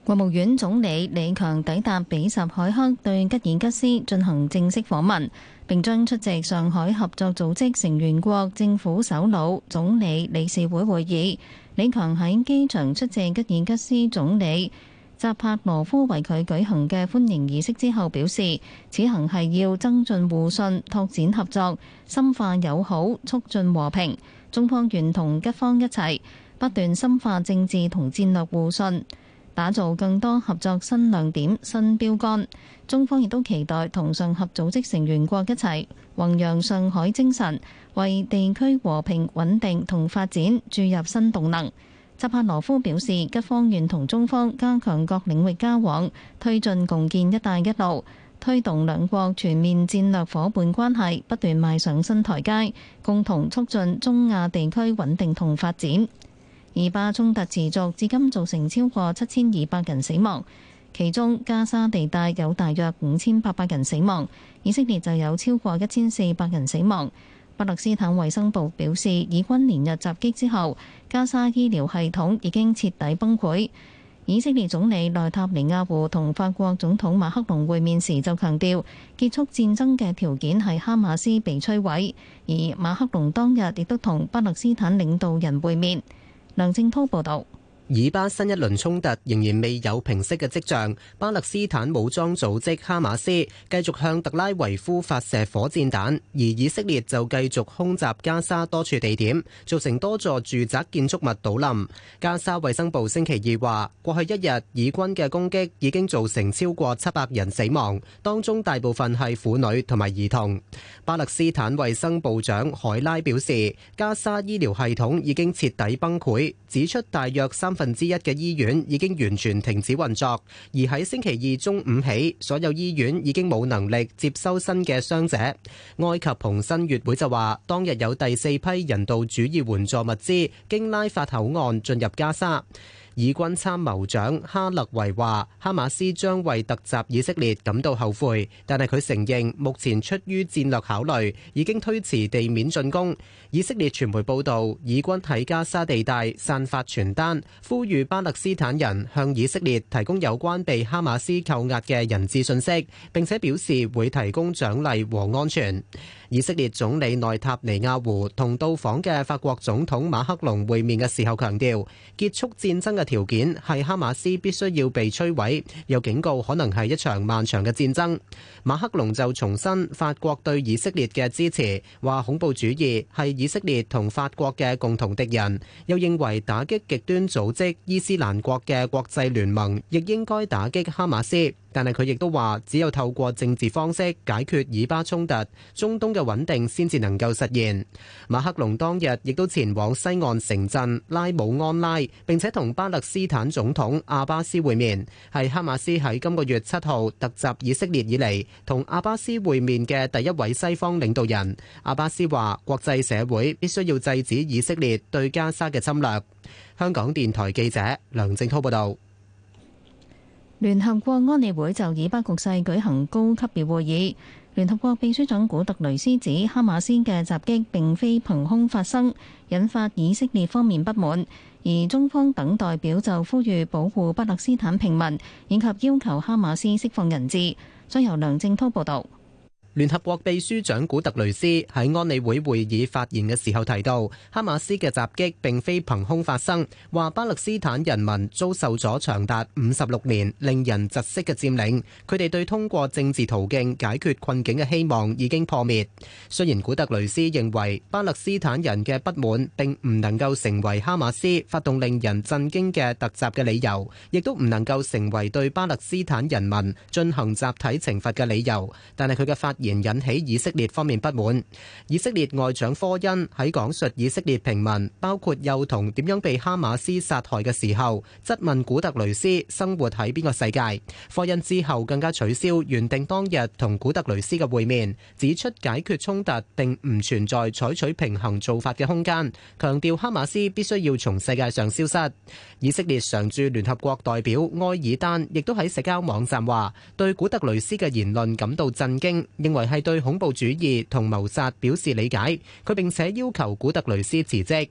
國務院總理李強抵達比什凱克，對吉爾吉斯進行正式訪問，並將出席上海合作組織成員國政府首腦、總理理事會會議。李強喺機場出席吉爾吉斯總理扎帕羅夫為佢舉行嘅歡迎儀式之後，表示此行係要增進互信、拓展合作、深化友好、促進和平。中方願同吉方一齊不斷深化政治同戰略互信，打造更多合作新亮點、新標杆。中方亦都期待同上合組織成員國一齊弘揚上海精神，為地區和平穩定同發展注入新動能。扎帕羅夫表示，吉方願同中方加強各領域交往，推進共建「一帶一路」，推動兩國全面戰略夥伴關係不斷邁上新台階，共同促進中亞地區穩定同發展。以巴衝突持續，至今造成超過七千二百人死亡，其中加沙地帶有大約五千八百人死亡，以色列就有超過一千四百人死亡。巴勒斯坦衛生部表示，以軍連日襲擊之後，加沙醫療系統已經徹底崩潰。以色列總理內塔尼亞胡同法國總統馬克龍會面時就強調，結束戰爭嘅條件係哈馬斯被摧毀，而馬克龍當日亦都同巴勒斯坦領導人會面。梁正滔報導。 以巴新一輪衝突仍然未有平息嘅跡象，巴勒斯坦武裝組織哈馬斯繼續向特拉維夫發射火箭彈，而以色列就繼續空襲加沙多處地點，造成多座住宅建築物倒冧。加沙衛生部星期二話，過去一日以軍嘅攻擊已經造成超過七百人死亡，當中大部分係婦女同埋兒童。巴勒斯坦衛生部長海拉表示，加沙醫療系統已經徹底崩潰，指出大約三分之一嘅醫院已經完全停止運作，而喺星期二中午起，所有醫院已經冇能力接收新嘅傷者。埃及紅新月會就話，當日有第四批人道主義援助物資經拉法口岸進入加沙。以軍參謀長哈勒維話，哈馬斯將為突襲以色列感到後悔，但係佢承認目前出於戰略考慮，已經推遲地面進攻。以色列傳媒報道，以軍喺加沙地帶散發傳單，呼籲巴勒斯坦人向以色列提供有關被哈馬斯扣押嘅人質信息，並且表示會提供獎勵和安全。以色列總理內塔尼亞胡同到訪嘅法國總統馬克龍會面嘅時候強調，結束戰爭嘅條件係哈馬斯必須要被摧毀，又警告可能係一場漫長嘅戰爭。馬克龍就重申法國對以色列嘅支持，話恐怖主義係以色列同法國嘅共同敵人，又認為打擊極端組織伊斯蘭國嘅國際聯盟亦應該打擊哈馬斯。但係佢亦都話，只有透過政治方式解決以巴衝突，中東嘅穩定先至能夠實現。馬克龍當日亦都前往西岸城鎮拉姆安拉，並且同巴勒斯坦總統阿巴斯會面，係哈馬斯喺今個月七號突襲以色列以嚟同阿巴斯會面嘅第一位西方領導人。阿巴斯話，國際社會必須要制止以色列對加沙嘅侵略。香港電台記者梁正滔報導。 聯合國安理會就以巴局勢舉行高級別會議。聯合國秘書長古特雷斯指，哈馬斯嘅襲擊並非憑空發生，引發以色列方面不滿，而中方等代表就呼籲保護巴勒斯坦平民，以及要求哈馬斯釋放人質。再由梁正滔報導。 聯合國秘書長古特雷斯喺安理會會議發言嘅時候提到，哈馬斯嘅襲擊並非憑空發生，話巴勒斯坦人民遭受咗長達五十六年令人窒息嘅佔領，佢哋對通過政治途徑解決困境嘅希望已經破滅。雖然古特雷斯認為巴勒斯坦人嘅不滿並唔能夠成為哈馬斯發動令人震驚嘅突襲嘅理由，亦都唔能夠成為對巴勒斯坦人民進行集體懲罰嘅理由，但係佢嘅發言引起以色列方面不滿。以色列外長科恩喺講述以色列平民，包括幼童點樣被哈馬斯殺害嘅時候，質問古特雷斯生活喺邊個世界。科恩之後更加取消原定當日同古特雷斯嘅會面，指出解決衝突並唔存在採取平衡做法嘅空間，強調哈馬斯必須要從世界上消失。以色列常駐聯合國代表埃爾丹亦都喺社交網站話，對古特雷斯嘅言論感到震驚，認為係對恐怖主義同謀殺表示理解。佢並且要求古特雷斯辭職。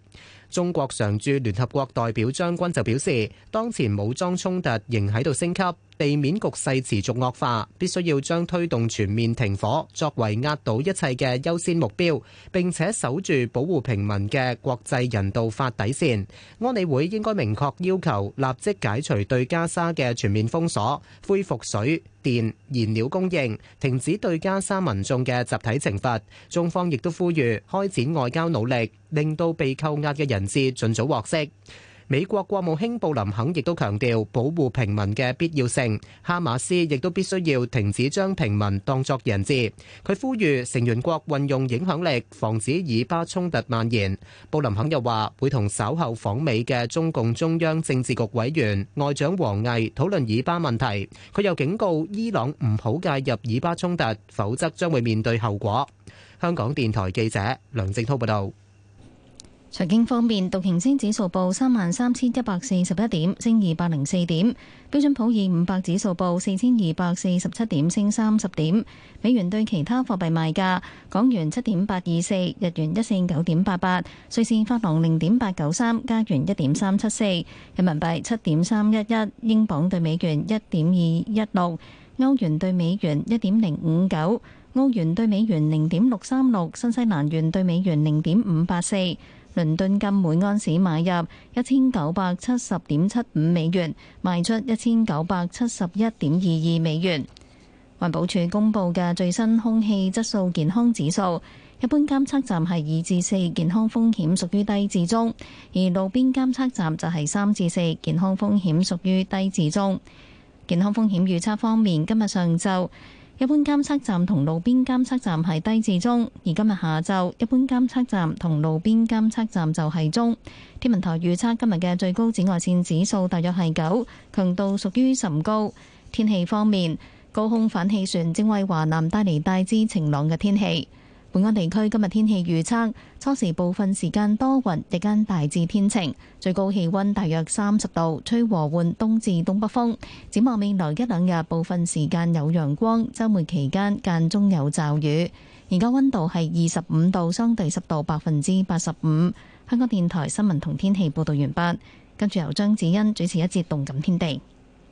中國常駐聯合國代表張軍就表示，當前武裝衝突仍喺度升級，地面局勢持續惡化，必須要將推動全面停火作為壓倒一切嘅優先目標，並且守住保護平民嘅國際人道法底線。安理會應該明確要求立即解除對加沙嘅全面封鎖，恢復水電、燃料供應，停止對加沙民眾嘅集體懲罰。中方亦都呼籲開展外交努力，令到被扣押嘅人質盡早獲釋。美國國務卿布林肯亦都強調保護平民嘅必要性，哈馬斯亦都必須要停止將平民當作人質。佢呼籲成員國運用影響力，防止以巴衝突蔓延。布林肯又話會同稍後訪美嘅中共中央政治局委員外長王毅討論以巴問題。佢又警告伊朗唔好介入以巴衝突，否則將會面對後果。香港電台記者梁正滔報道。 財經方面，道瓊斯指數報三萬三千一百四十一點，升二百零四點；標準普爾五百指數報四千二百四十七點，升三十點。美元對其他貨幣賣價：港元七點八二四，日元一四九點八八，瑞士法郎零點八九三，加元一點三七四，人民幣七點三一一，英鎊對美元一點二一六，歐元對美元一點零五九，澳元對美元零點六三六，新西蘭元對美元零點五八四。倫敦金每盎司買入一千九百七十點七五美元，賣出一千九百七十一點二二美元。環保署公布嘅最新空氣質素健康指數，一般監測站係二至四，健康風險屬於低至中；而路邊監測站就係三至四，健康風險屬於低至中。健康風險預測方面，今日上晝一般監測站同路邊監測站係低至中，而今日下晝一般監測站同路邊監測站就係中。天文台預測今日嘅最高紫外線指數大約係九，強度屬於甚高。天氣方面，高空反氣旋正為華南帶嚟大致晴朗嘅天氣。本港地區今日天氣預測，初時部分時間多雲，日間大致天晴，最高氣溫大約三十度，吹和緩東至東北風。展望未來一兩日，部分時間有陽光，週末期間間中有驟雨。而家溫度係二十五度，相對濕度百分之八十五。香港電台新聞同天氣報道完畢，跟住由張子欣主持一節動感天地。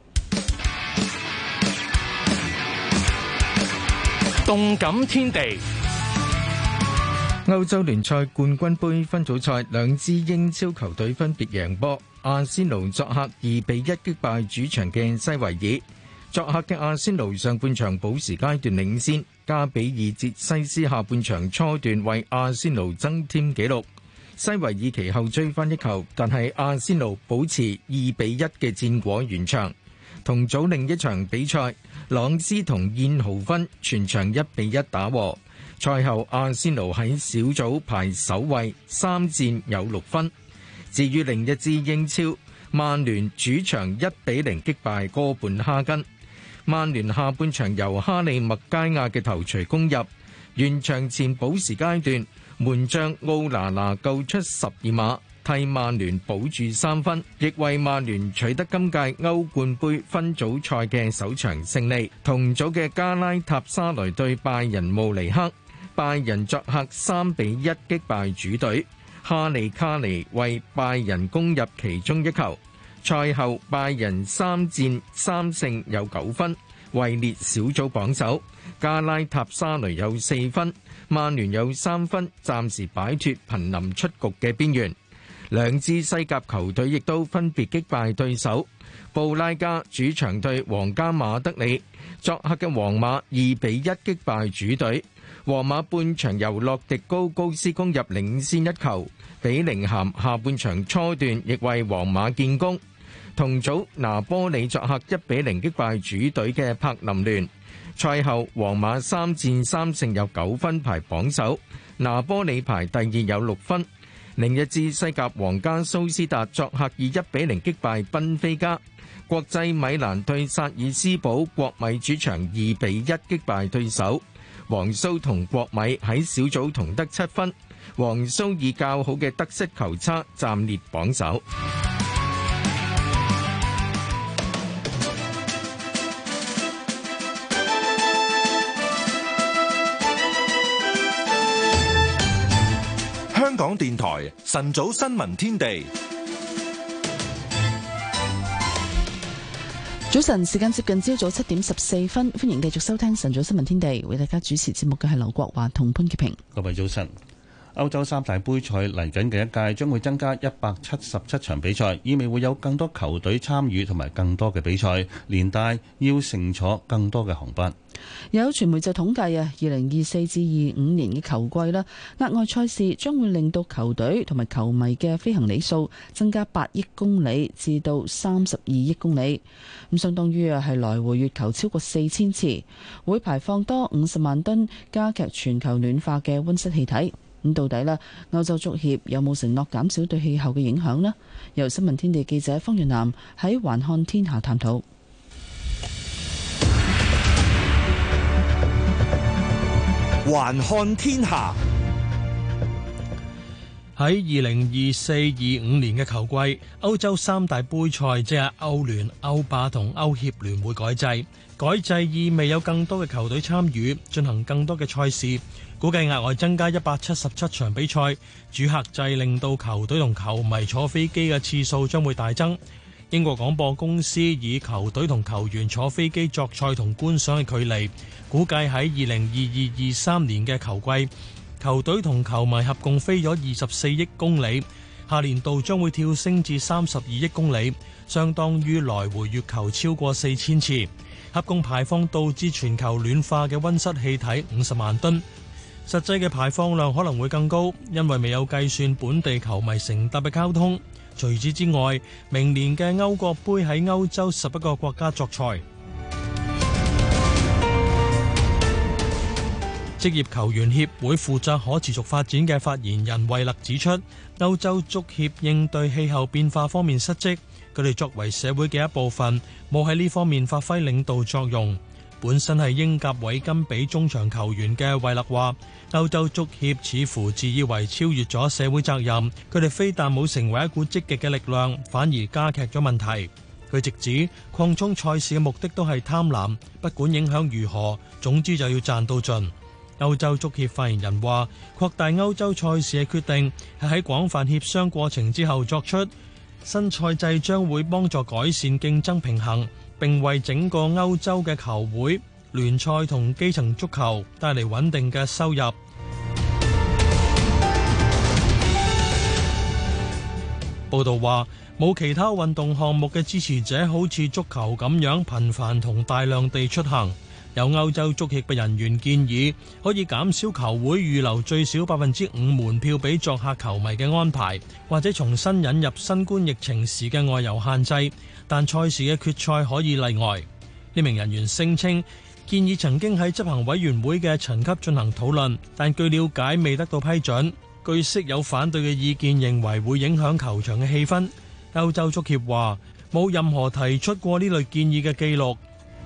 動感天地。歐洲聯賽冠軍盃分組賽，兩支英超球隊分別贏波。阿仙奴作客二比一擊敗主場嘅西維爾。作客嘅阿仙奴上半場補時階段領先，加比爾捷西斯下半場初段為阿仙奴增添紀錄。西維爾其後追翻一球，但係阿仙奴保持二比一嘅戰果完場。同組另一場比賽，朗斯同燕豪芬全場一比一打和。賽後阿仙奴喺小組排首位，三戰有六分。至於另一支英超，曼聯主場一比零擊敗哥本哈根。曼聯下半場由哈利麥佳亞嘅頭槌攻入，完場前補時階段，門將奧拿拿救出十二碼，替曼聯保住三分，亦為曼聯取得今屆歐冠杯分組賽嘅首場勝利。同組嘅加拉塔沙雷對拜仁慕尼黑。拜仁作客三比一擊敗主隊，哈利卡尼為拜仁攻入其中一球。賽後拜仁三戰三勝有九分，位列小組榜首。加拉塔沙雷有四分，曼聯有三分，暫時擺脫瀕臨出局嘅邊緣。兩支西甲球隊亦都分別擊敗對手。布拉加主場對皇家馬德里，作客嘅皇馬二比一擊敗主隊。皇馬半場由洛迪高高斯攻入領先一球，比寧咸下半場初段亦為皇馬建功。同組拿波里作客一比零擊敗主隊嘅柏林聯。賽後皇馬三戰三勝有九分排榜首，拿波里排第二有六分。另一支西甲皇家蘇斯達作客以一比零擊敗賓菲加。國際米蘭對薩爾斯堡，國米主場二比一擊敗對手。皇蘇同國米喺小組同得七分，皇蘇以較好嘅得失球差暫列榜首。 香港電台晨早新聞天地。 早晨，時間接近朝早七點十四分，歡迎繼續收聽晨早新聞天地，為大家主持節目嘅係劉國華同潘潔平。 各位早晨。歐洲三大杯賽嚟緊嘅一屆將會增加一百七十七場比賽，意味會有更多球隊參與同埋更多嘅比賽，連帶要乘坐更多嘅航班。 有傳媒就統計啊，二零二四至二五年嘅球季啦，額外賽事將會令到球隊同埋球迷嘅飛行里數增加八億公里至到三十二億公里，咁相當於啊係來回月球超過四千次，會排放多五十萬噸加劇全球暖化嘅溫室氣體。咁到底呢，歐洲足協有冇承諾減少對氣候嘅影響呢？由新聞天地記者方月南喺環看天下探討。 環看天下。 喺二零二四、二五年嘅球季，歐洲三大杯賽即係歐聯、歐霸同歐協聯會改制。改制意味有更多嘅球隊參與，進行更多嘅賽事。估計額外增加一百七十七場比賽，主客制令到球隊同球迷坐飛機嘅次數將會大增。英國廣播公司以球隊同球員坐飛機作賽同觀賞嘅距離，估計喺二零二二、二三年嘅球季，球隊同球迷合共飛咗二十四億公里，下年度將會跳升至三十二億公里，相當於來回月球超過四千次，合共排放導致全球暖化嘅溫室氣體五十萬噸。實際嘅排放量可能會更高，因為未有計算本地球迷乘搭嘅交通。除此之外，明年嘅歐國杯喺歐洲十一個國家作賽。職業球員協會負責可持續發展嘅發言人惠勒指出，歐洲足協應對氣候變化方面失職，佢哋作為社會嘅一部分，冇喺呢方面發揮領導作用。本身係英甲韋甘比中場球員嘅惠勒話，歐洲足協似乎自以為超越咗社會責任，佢哋非但冇成為一股積極嘅力量，反而加劇咗問題。佢直指擴充賽事嘅目的都係貪婪，不管影響如何，總之就要賺到盡。歐洲足協發言人話，擴大歐洲賽事嘅決定係喺廣泛協商過程之後作出，新賽制將會幫助改善競爭平衡，並為整個歐洲嘅球會、聯賽同基層足球帶嚟穩定嘅收入。報道話，冇其他運動項目嘅支持者好似足球咁樣頻繁同大量地出行。有歐洲足協嘅人員建議，可以減少球會預留最少百分之五門票俾作客球迷嘅安排，或者重新引入新冠疫情時嘅外遊限制，但賽事嘅決賽可以例外。呢名人員聲稱，建議曾經喺執行委員會嘅層級進行討論，但據了解未得到批准。據悉有反對嘅意見，認為會影響球場嘅氣氛。歐洲足協話冇任何提出過呢類建議嘅記錄。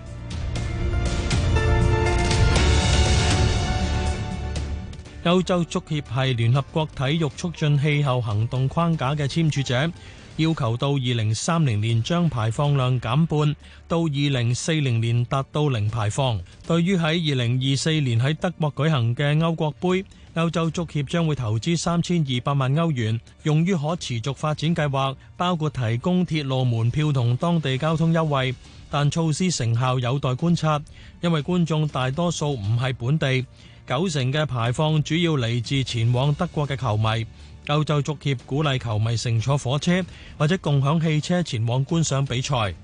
歐洲足協係聯合國體育促進氣候行動框架嘅簽署者，要求到二零三零年將排放量減半，到二零四零年達到零排放。對於喺二零二四年喺德國舉行嘅歐國杯，歐洲足協將會投資三千二百萬歐元，用於可持續發展計劃，包括提供鐵路門票同當地交通優惠。但措施成效有待觀察，因為觀眾大多數唔係本地。九成嘅排放主要嚟自前往德國嘅球迷。歐洲足協鼓勵球迷乘坐火車或者共享汽車前往觀賞比賽。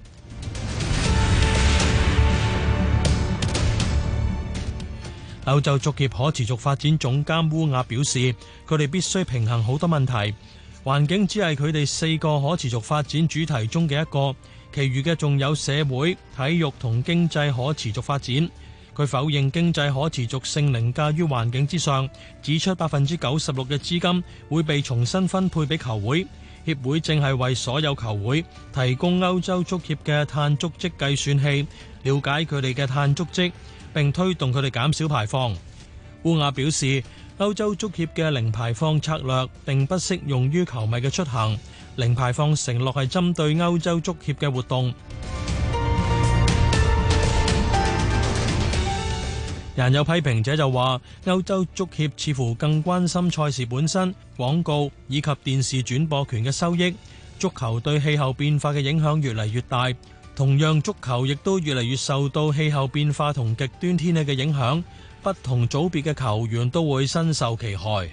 歐洲足協可持續發展總監烏亞表示，佢哋必須平衡好多問題，環境只係佢哋四個可持續發展主題中嘅一個，其餘嘅仲有社會、體育同經濟可持續發展。佢否認經濟可持續性凌駕於環境之上，指出百分之九十六嘅資金會被重新分配俾球會。協會正係為所有球會提供歐洲足協嘅碳足跡計算器，了解佢哋嘅碳足跡，並推動佢哋減少排放。烏亞表示，歐洲足協嘅零排放策略並不適用於球迷嘅出行，零排放承諾係針對歐洲足協嘅活動。 但有批評者就話，歐洲足協似乎更關心賽事本身、廣告以及電視轉播權嘅收益，足球對氣候變化嘅影響越嚟越大。同樣，足球亦都越嚟越受到氣候變化同極端天氣嘅影響，不同組別嘅球員都會身受其害。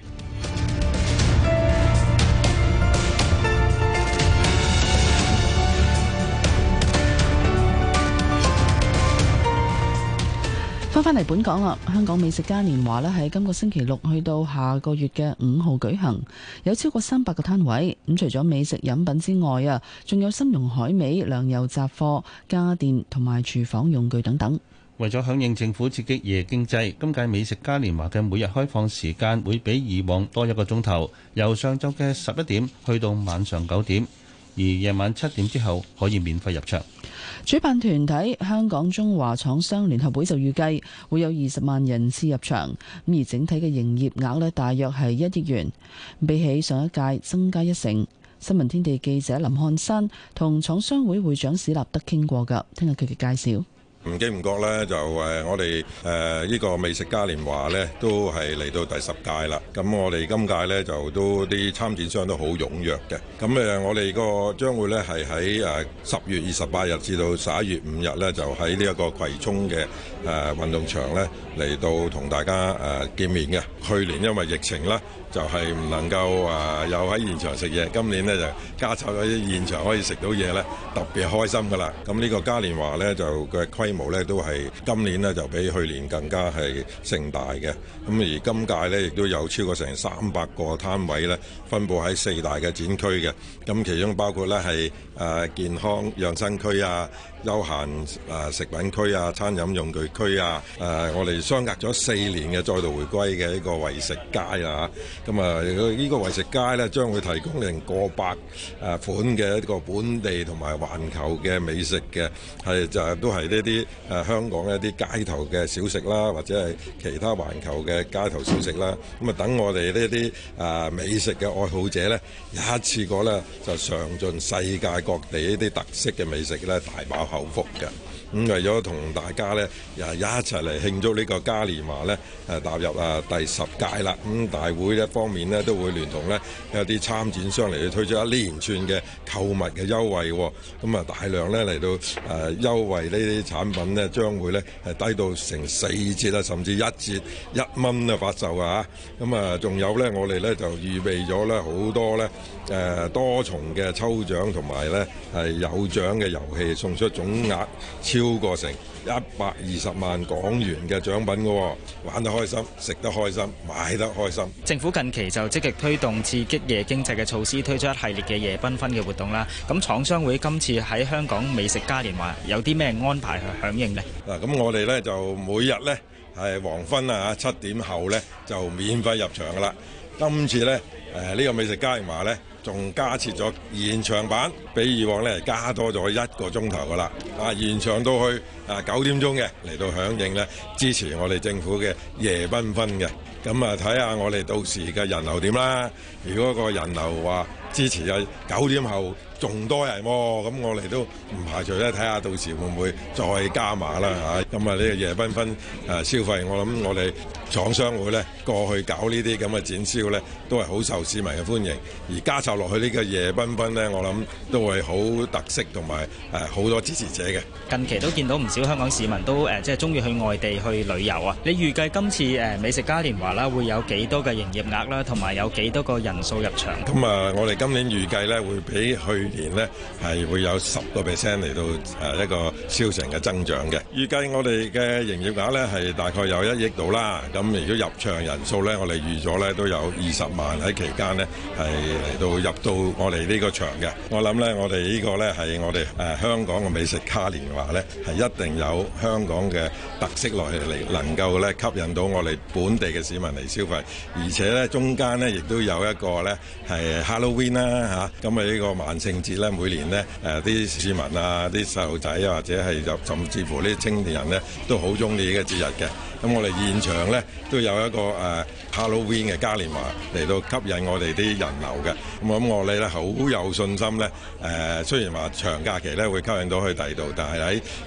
翻返嚟本港啦，香港美食嘉年華咧喺今個星期六去到下個月嘅五號舉行，有超過三百個攤位。咁除咗美食飲品之外啊，仲有參茸海味、糧油雜貨、家電同埋廚房用具等等。 為咗響應政府刺激夜經濟，今屆美食嘉年華嘅每日開放時間會比以往多一個鐘頭，由上晝嘅十一點去到晚上九點，而夜晚七點之後可以免費入場。 主辦團體香港中華廠商聯合會就預計會有二十萬人次入場，咁而整體嘅營業額呢，大約係一億元，比起上一屆增加一成。新聞天地記者林漢山同廠商會會長史立德傾過㗎，聽下佢嘅介紹。 唔經唔覺咧，就誒我哋誒呢個美食嘉年華咧，都係嚟到第十屆啦。咁我哋今屆咧就都啲參展商都好踴躍嘅。咁誒我哋個將會咧係喺誒十月二十八日至到十一月五日咧，就喺呢一個葵涌嘅誒運動場咧嚟到同大家誒見面嘅。去年因為疫情啦，就係唔能夠誒又喺現場食嘢，今年咧就加湊咗現場可以食到嘢咧，特別開心噶啦。咁呢個嘉年華咧就嘅規模咧都係今年咧就比去年更加係盛大嘅。咁而今屆咧亦都有超過成三百個攤位咧，分佈喺四大嘅展區嘅。咁其中包括咧係誒健康養生區啊、休閒誒食品區啊、餐飲用具區啊。誒我哋相隔咗四年嘅再度回歸嘅呢個為食街啊。咁啊呢個為食街咧將會提供令過百誒款嘅一個本地同埋環球嘅美食嘅，係就係都係呢啲誒香港一啲街頭嘅小食啦，或者係其他環球嘅街頭小食啦。咁啊等我哋呢啲誒美食嘅愛好者咧，一次過咧就嘗盡世界各地呢啲特色嘅美食咧，大飽口福嘅。咁為咗同大家咧，又一齊嚟慶祝呢個嘉年華咧，誒踏入啊第十屆啦。咁大會一方面咧，都會聯同咧有啲參展商嚟去推出一連串嘅購物嘅優惠。咁啊大量咧嚟到誒優惠呢啲產品咧，將會咧係低到成四折啊，甚至一折一蚊啊發售啊嚇。咁啊仲有咧，我哋咧就預備咗咧好多咧誒多重嘅抽獎同埋咧係有獎嘅遊戲，送出總額超過成一百二十萬港元嘅獎品嘅，玩得開心，食得開心，買得開心。 政府近期就積極推動刺激夜經濟嘅措施，推出一系列嘅夜繽紛嘅活動啦。咁廠商會今次喺香港美食嘉年華有啲咩安排去響應呢？嗱， 咁我哋咧就每日咧係黃昏啊七點後咧就免費入場噶啦。今次咧誒呢個美食嘉年華咧，仲加設咗現場版，比以往咧加多咗一個鐘頭噶啦。啊，現場到去啊九點鐘嘅嚟到響應咧，支持我哋政府嘅夜繽紛嘅。咁啊，睇下我哋到時嘅人流點啦。如果個人流話支持啊九點後仲多人喎，咁我哋都唔排除咧，睇下到時會唔會再加碼啦嚇。咁啊，呢個夜繽紛誒消費，我諗我哋廠商會咧過去搞呢啲咁嘅展銷咧，都係好受市民嘅歡迎。而加湊落去呢個夜繽紛咧，我諗都會好特色同埋誒好多支持者嘅。 近期都見到唔少香港市民都誒即係中意去外地去旅遊啊！你預計今次誒美食嘉年華啦，會有幾多嘅營業額啦，同埋有幾多個人數入場？ 咁啊，我哋今年預計咧會比去年呢係會有十個 percent 嚟到誒一個超成嘅增長嘅。預計我哋嘅營業額咧係大概有一億度啦。咁如果入場人數咧，我哋預咗咧都有二十萬喺期間呢係嚟到入到我哋呢個場嘅。我諗咧，我哋呢個咧係我哋誒香港嘅美食嘉年華咧，係一定有香港嘅特色落嚟嚟，能夠咧吸引到我哋本地嘅市民嚟消費。而且咧中間咧亦都有一個咧係 Halloween 啦嚇，咁啊呢個萬聖節咧每年咧誒啲市民啊、啲細路仔啊，或者係甚至乎啲青年人咧都好中意呢個節日嘅。咁我哋現場咧都有一個誒、呃、Halloween 嘅嘉年華嚟到吸引我哋啲人流嘅。咁我諗我哋咧好有信心咧誒、呃，雖然話長假期咧會吸引到去第二度，但係喺呢個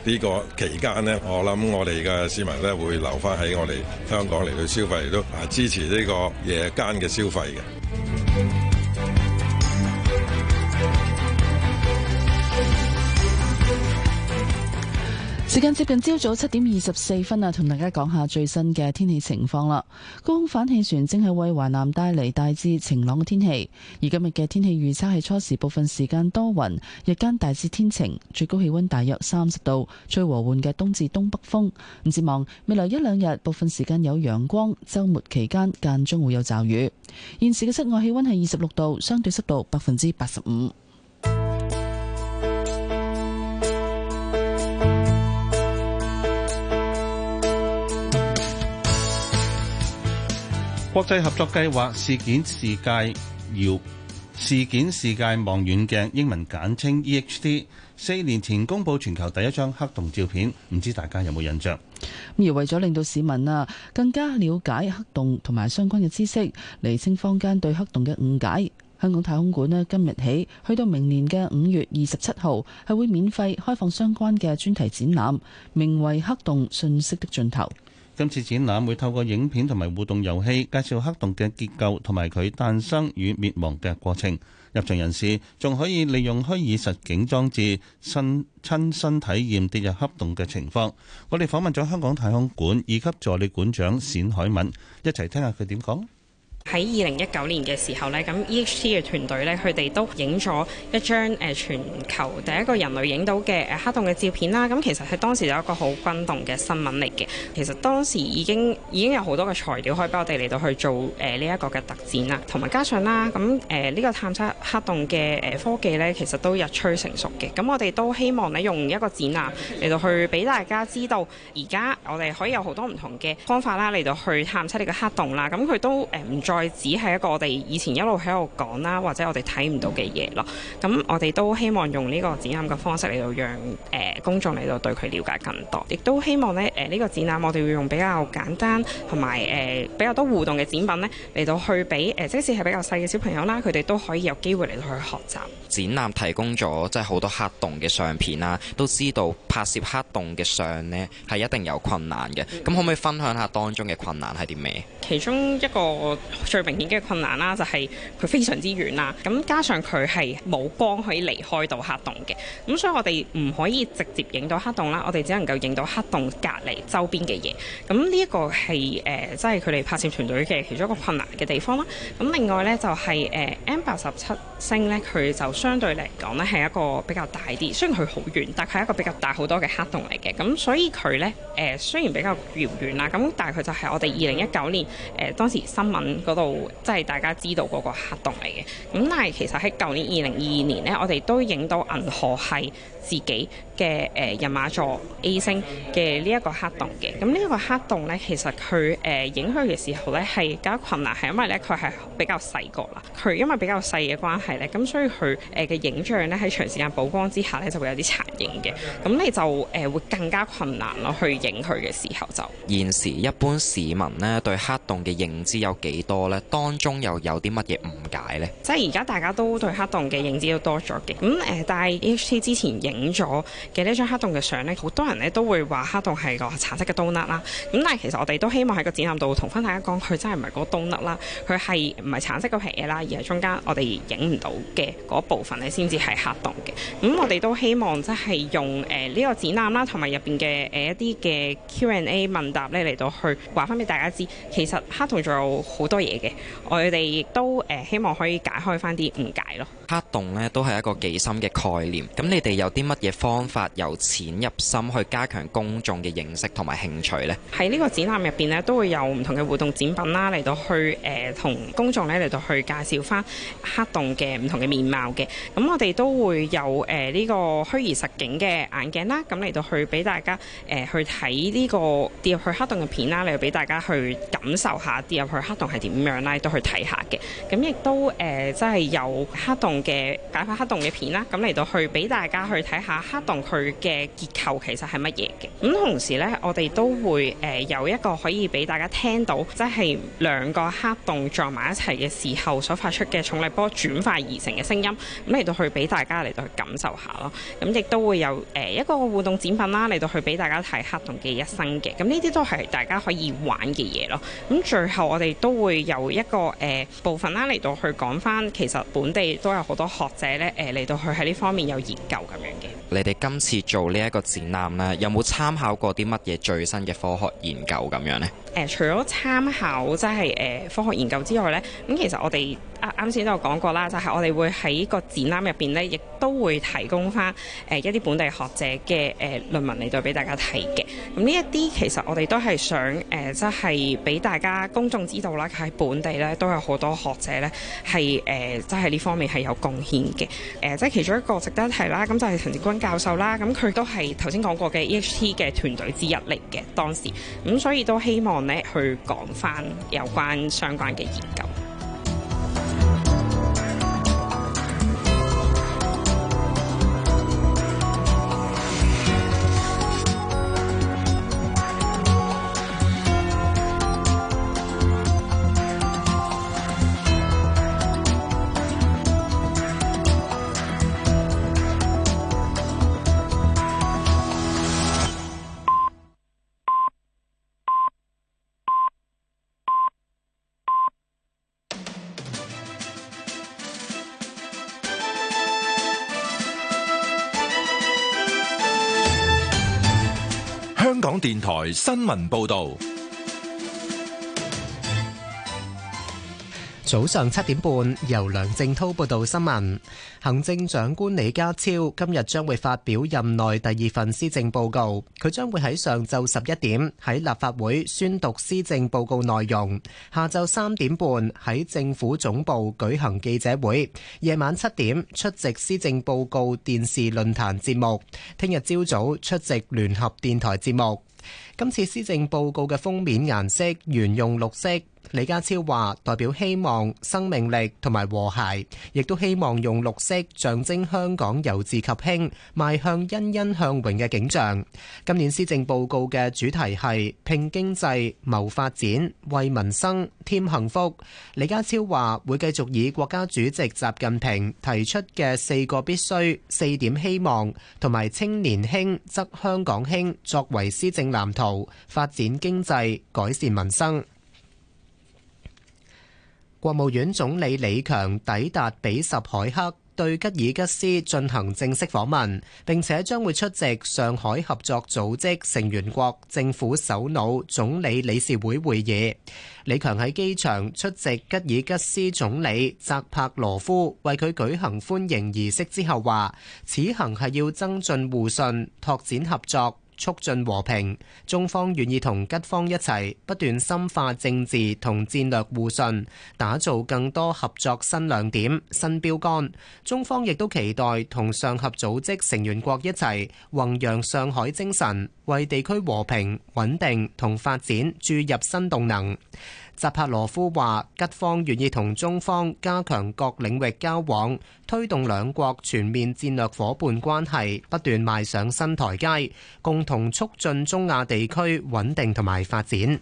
期間呢，我諗我哋嘅市民咧會留翻喺我哋香港嚟到消費，亦都啊支持呢個夜間嘅消費嘅。 時間接近朝早七點二十四分啊，同大家講下最新嘅天氣情況啦。高空反氣旋正係為華南帶嚟大致晴朗嘅天氣，而今日嘅天氣預測係初時部分時間多雲，日間大致天晴，最高氣溫大約三十度，吹和緩嘅東至東北風。唔展望未來一兩日部分時間有陽光，週末期間間中會有驟雨。現時嘅室外氣溫係二十六度，相對濕度百分之八十五。 國際合作計劃事件視界遙事件視界望遠鏡英文簡稱 E H T， 四年前公布全球第一張黑洞照片，唔知大家有冇印象？ 而為咗令到市民啊更加了解黑洞同埋相關嘅知識，釐清坊間對黑洞嘅誤解，香港太空館咧今日起去到明年嘅五月二十七號，係會免費開放相關嘅專題展覽，名為《黑洞信息的盡頭》。 今次展覽會透過影片同埋互動遊戲介紹黑洞嘅結構同埋佢誕生與滅亡嘅過程。入場人士仲可以利用虛擬實境裝置親親身體驗跌入黑洞嘅情況。我哋訪問咗香港太空館二級助理館長冼海敏，一齊聽下佢點講。 喺二零一九年嘅時候呢，咁 E H T 嘅團隊呢，佢哋都影咗一張誒全球第一個人類影到嘅誒黑洞嘅照片啦。咁其實係當時有一個好轟動嘅新聞嚟嘅。其實當時已經已經有好多嘅材料可以俾我哋嚟到去做誒呢一個嘅特展啦，同埋加上啦，咁誒呢個探測黑洞嘅誒科技呢，其實都日趨成熟嘅。咁我哋都希望呢，用一個展覽嚟到去俾大家知道，而家我哋可以有好多唔同嘅方法啦，嚟到去探測呢個黑洞啦。咁佢都誒唔再只係一個我哋以前一路喺度講啦，或者我哋睇唔到嘅嘢咯。咁我哋都希望用呢個展覽嘅方式嚟到讓誒、呃、公眾嚟到對佢了解更多，亦都希望咧誒呢個展覽我哋會用比較簡單同埋誒比較多互動嘅展品咧嚟到去俾誒、呃、即使係比較細嘅小朋友啦，佢哋都可以有機會嚟到去學習。 展覽提供咗即係好多黑洞嘅相片啦，都知道拍攝黑洞嘅相呢係一定有困難嘅。咁可唔可以分享下當中嘅困難係啲咩？ 其中一個最明顯嘅困難啦，就係佢非常之遠啦。咁加上佢係冇光可以離開到黑洞嘅，咁所以我哋唔可以直接影到黑洞啦。我哋只能夠影到黑洞隔離周邊嘅嘢。咁呢一個係誒，即係佢哋拍攝團隊嘅其中一個困難嘅地方啦。咁另外呢，就係、是、誒、呃、M 八十七星呢，佢就相對嚟講呢係一個比較大啲，雖然佢好遠，但係一個比較大好多嘅黑洞嚟嘅。咁所以佢呢，誒、呃、雖然比較遙遠啦，咁但係佢就係我哋二零一九年誒、呃、當時新聞嗰度即係大家知道嗰個黑洞嚟嘅。咁但係其實喺舊年二零二二年呢，我哋都影到銀河系自己嘅誒人馬座 A 星嘅呢一個黑洞嘅。咁呢一個黑洞呢，其實佢誒影佢嘅時候呢係比較困難，係因為呢，佢係比較細個啦。佢因為比較細嘅關係呢，咁所以佢誒嘅影像呢喺長時間曝光之下呢就會有啲殘影嘅。咁你就誒會更加困難咯，去影佢嘅時候就。 現時一般市民呢對黑洞嘅認知有幾多呢？當中又有啲乜嘢誤解呢？ 即係而家大家都對黑洞嘅認知都多咗嘅。咁誒，但係 E H T 之前影咗嘅呢張黑洞嘅相呢，好多人呢都會話黑洞係個橙色嘅冬甩啦。咁但係其實我哋都希望喺個展覽度同翻大家講，佢真係唔係嗰個冬甩啦，佢係唔係橙色嗰皮嘢啦，而係中間我哋影唔到嘅嗰部分呢先至係黑洞嘅。咁我哋都希望即係用誒呢個展覽啦，同埋入邊嘅誒一啲嘅 Q and A 問答呢嚟到去話翻俾大家知，其實黑洞仲有好多嘢嘅。我哋亦都誒希望可以解開翻啲誤解咯。 黑洞呢都係一個幾深嘅概念，咁你哋有啲乜嘢方法由淺入深去加強公眾嘅認識同埋興趣呢？ 喺呢個展覽入邊呢，都會有唔同嘅互動展品啦，嚟到去誒同、呃、公眾咧嚟到去介紹翻黑洞嘅唔同嘅面貌嘅。咁我哋都會有誒呢、呃這個虛擬實境嘅眼鏡啦，咁嚟到去俾大家誒、呃、去睇呢個跌入去黑洞嘅片啦，嚟到俾大家去感受下跌入去黑洞係點樣啦，都去睇下嘅。咁亦都誒即係有黑洞嘅解剖黑洞嘅片啦，咁嚟到去俾大家去睇下黑洞佢嘅結構其實係乜嘢嘅。咁同時呢，我哋都會誒有一個可以俾大家聽到，即係兩個黑洞撞埋一齊嘅時候所發出嘅重力波轉化而成嘅聲音，咁嚟到去俾大家嚟到去感受下咯。咁亦都會有誒一個互動展品啦，嚟到去俾大家睇黑洞嘅一生嘅。咁呢啲都係大家可以玩嘅嘢咯。咁最後我哋都會有一個誒、呃、部分啦，嚟到去講翻，其實本地都有好多學者咧誒嚟到去喺呢方面有研究咁樣嘅。 你哋今次做呢一個展覽呢，有冇參考過啲乜嘢最新嘅科學研究咁樣呢？ 誒、呃，除咗參考即係誒科學研究之外呢，咁其實我哋啱啱先都有講過啦，就係、是、我哋會喺個展覽入邊呢，亦都會提供翻誒一啲本地學者嘅誒論文嚟到俾大家睇嘅。咁呢一啲其實我哋都係想誒，即係俾大家公眾知道啦，喺本地呢，都有好多學者呢係誒，即係呢方面係有貢獻嘅。誒、呃，即係其中一個值得一提啦，咁就係陳志軍教授啦，咁佢都係頭先講過嘅 E H T 嘅團隊之一嚟嘅當時，咁所以都希望呢去講翻有關相關嘅研究。 香港電台新聞報道。 早上七點半，由梁正滔報道新聞。行政長官李家超今日將會發表任內第二份施政報告，佢將會喺上晝十一點喺立法會宣讀施政報告內容，下晝三點半喺政府總部舉行記者會，夜晚七點出席施政報告電視論壇節目，聽日朝早出席聯合電台節目。今次施政報告嘅封面顏色沿用綠色。李家超話代表希望、生命力同埋和諧，亦都希望用綠色象徵香港由治及興，邁向欣欣向榮嘅景象。今年施政報告嘅主題係拼經濟、謀發展、為民生添幸福。李家超話會繼續以國家主席習近平提出嘅四個必須、四點希望同埋青年興則香港興作為施政藍圖，發展經濟、改善民生。國務院總理李強抵達比什凱克，對吉爾吉斯進行正式訪問，並且將會出席上海合作組織成員國政府首腦總理理事會會議。李強喺機場出席吉爾吉斯總理扎帕羅夫為佢舉行歡迎儀式之後話，此行係要增進互信、拓展合作、促進和平，中方願意同吉方一齊不斷深化政治同戰略互信，打造更多合作新亮點、新標杆。中方亦都期待同上合組織成員國一齊弘揚上海精神，為地區和平、穩定同發展注入新動能。扎帕羅夫話：吉方願意同中方加強各領域交往，推動兩國全面戰略夥伴關係不斷邁上新台階，共同促進中亞地區穩定同埋發展。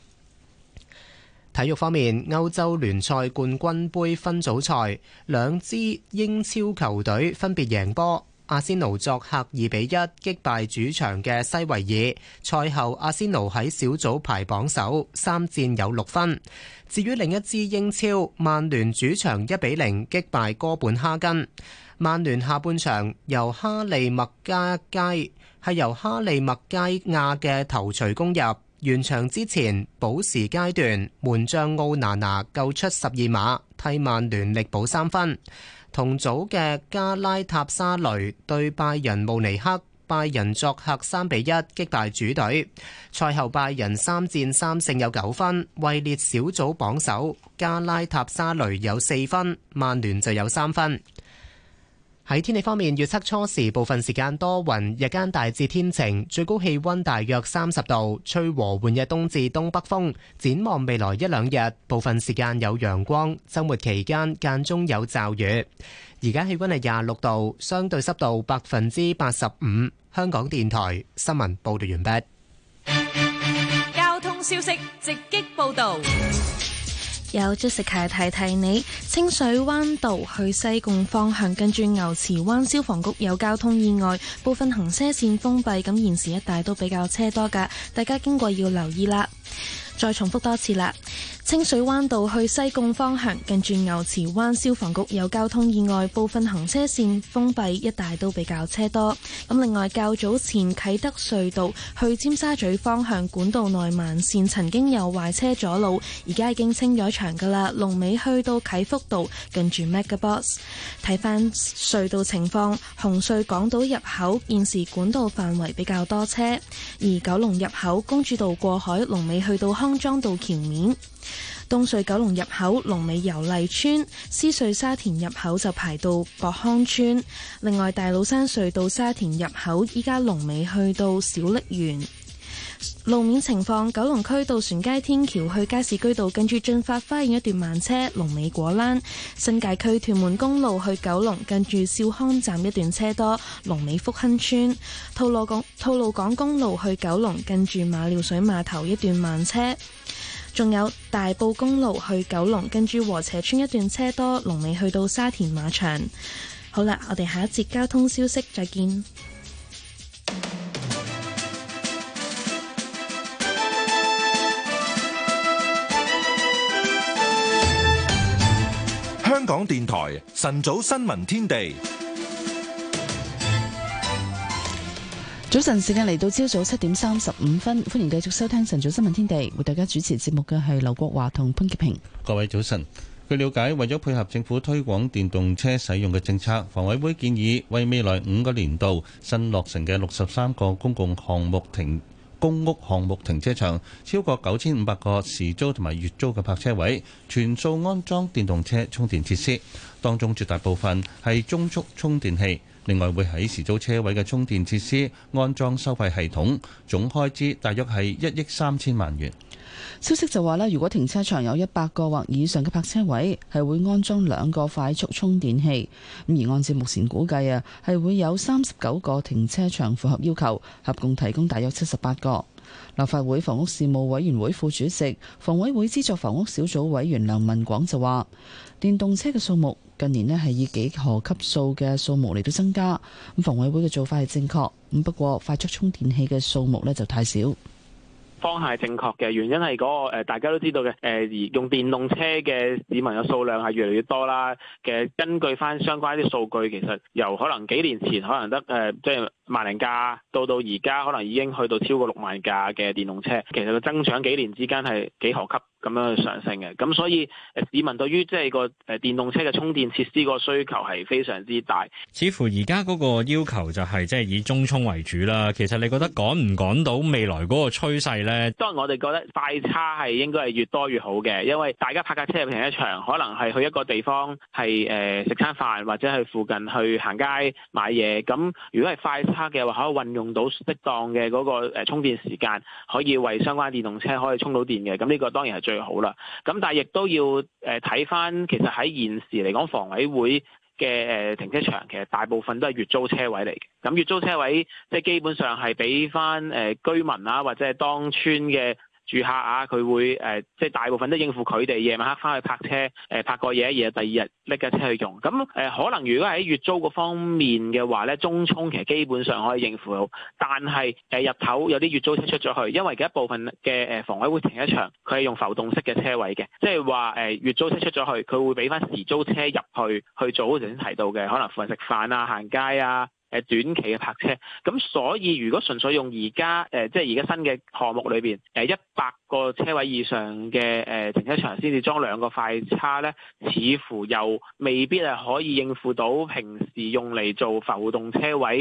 體育方面，歐洲聯賽冠軍杯分組賽，兩支英超球隊分別贏波。阿仙奴作客二比一擊敗主場嘅西維爾，賽後阿仙奴喺小組排榜首，三戰有六分。至於另一支英超，曼聯主場一比零擊敗哥本哈根。曼聯下半場由哈利麥加佳係由哈利麥加亞嘅頭槌攻入，完場之前補時階段門將奧拿拿救出十二碼，替曼聯力保三分。同組嘅加拉塔沙雷對拜仁慕尼黑，拜仁作客三比一擊敗主隊。賽後拜仁三戰三勝有九分，位列小組榜首。加拉塔沙雷有四分，曼聯就有三分。 喺天氣方面，預測初時部分時間多雲，日間大致天晴，最高氣溫大約三十度，吹和緩嘅東至東北風。展望未來一兩日，部分時間有陽光，週末期間間中有驟雨。而家氣溫係廿六度，相對濕度百分之八十五。香港電台新聞報道完畢。 交通消息直擊報道。 有 Jessica 提提你，清水灣道去西貢方向近住牛池灣消防局有交通意外，部分行車線封閉，咁現時一帶都比較車多㗎，大家經過要留意啦。再重複多次啦，清水灣道去西貢方向近住牛池灣消防局有交通意外，部分行車線封閉，一帶都比較車多。咁另外，較早前啟德隧道去尖沙咀方向管道內慢線曾經有壞車阻路，而家已經清咗場噶啦，龍尾去到啟福道近住 MegaBox。睇翻隧道情況，紅隧港島入口現時管道範圍比較多車，而九龍入口公主道過海龍尾去到康莊道橋面，東隧九龍入口龍尾油麗邨，獅隧沙田入口就排到博康村。另外，大老山隧道沙田入口依家龍尾去到小瀝源。路面情況，九龍區渡船街天橋去加士居道近住進發花園一段慢車，龍尾果欄；新界區屯門公路去九龍近住兆康站一段車多，龍尾福亨村；吐露港吐露港公路去九龍近住馬料水碼頭一段慢車，仲有大埔公路去九龍近住禾輋村一段車多，龍尾去到沙田馬場。好啦，我哋下一節交通消息再見。 香港電台晨早新聞天地， 早晨時間嚟到朝早七點三十五分，歡迎繼續收聽晨早新聞天地，為大家主持節目嘅係劉國華同潘潔平。 各位早晨。據了解，為咗配合政府推廣電動車使用嘅政策，房委會建議為未來五個年度新落成嘅六十三個公共項目停公屋項目停車場，超過九千五百個時租同埋月租嘅泊車位，全數安裝電動車充電設施，當中絕大部分係中速充電器。另外會喺時租車位嘅充電設施安裝收費系統，總開支大約係一億三千萬元。 消息就話咧，如果停車場有一百個或以上嘅泊車位，係會安裝兩個快速充電器。咁而按照目前估計啊，係會有三十九個停車場符合要求，合共提供大約七十八個。立法會房屋事務委員會副主席、房委會資助房屋小組委員梁文廣就話，電動車嘅數目近年咧係以幾何級數嘅數目嚟到增加。咁房委會嘅做法係正確，咁不過快速充電器嘅數目咧就太少。 方向係正確嘅，原因係嗰、那個、呃、大家都知道嘅誒，而、呃、用電動車嘅市民嘅數量係越嚟越多啦。嘅根據翻相關啲數據，其實由可能幾年前可能得誒即係萬零架，到到而家可能已經去到超過六萬架嘅電動車。其實個增長幾年之間係幾何級咁樣去上升嘅。咁所以誒、呃、市民對於即係個誒電動車嘅充電設施個需求係非常之大。 似乎而家嗰個要求就係即係以中充為主啦。其實你覺得趕唔趕到未來嗰個趨勢咧？ 當然我哋覺得快叉係應該係越多越好嘅，因為大家泊架車入停車場，可能係去一個地方係誒食餐飯，或者係附近去行街買嘢。咁如果係快叉嘅話，可以運用到適當嘅嗰個誒充電時間，可以為相關電動車可以充到電嘅。咁呢個當然係最好啦。咁但係亦都要誒睇翻，其實喺現時嚟講，房委會嘅誒停車場其實大部分都係月租車位嚟嘅，咁月租車位即係基本上係俾翻誒居民啊，或者係當村嘅住客啊，佢會誒即係大部分都應付佢哋夜晚黑翻去泊車，誒泊個夜，而第二日拎架車去用。咁誒、呃、可能如果喺月租嗰方面嘅話咧，中充其實基本上可以應付到，但係誒日頭有啲月租車出咗去，因為嘅一部分嘅誒房委會停車場佢係用浮動式嘅車位嘅，即係話誒月租車出咗去，佢會俾翻時租車入去去做頭先提到嘅，可能附近食飯啊、行街啊。誒短期嘅泊車，咁所以如果純粹用而家誒即係而家新嘅項目裏邊誒一百個車位以上嘅誒停車場先至裝兩個快叉咧，似乎又未必係可以應付到平時用嚟做浮動車位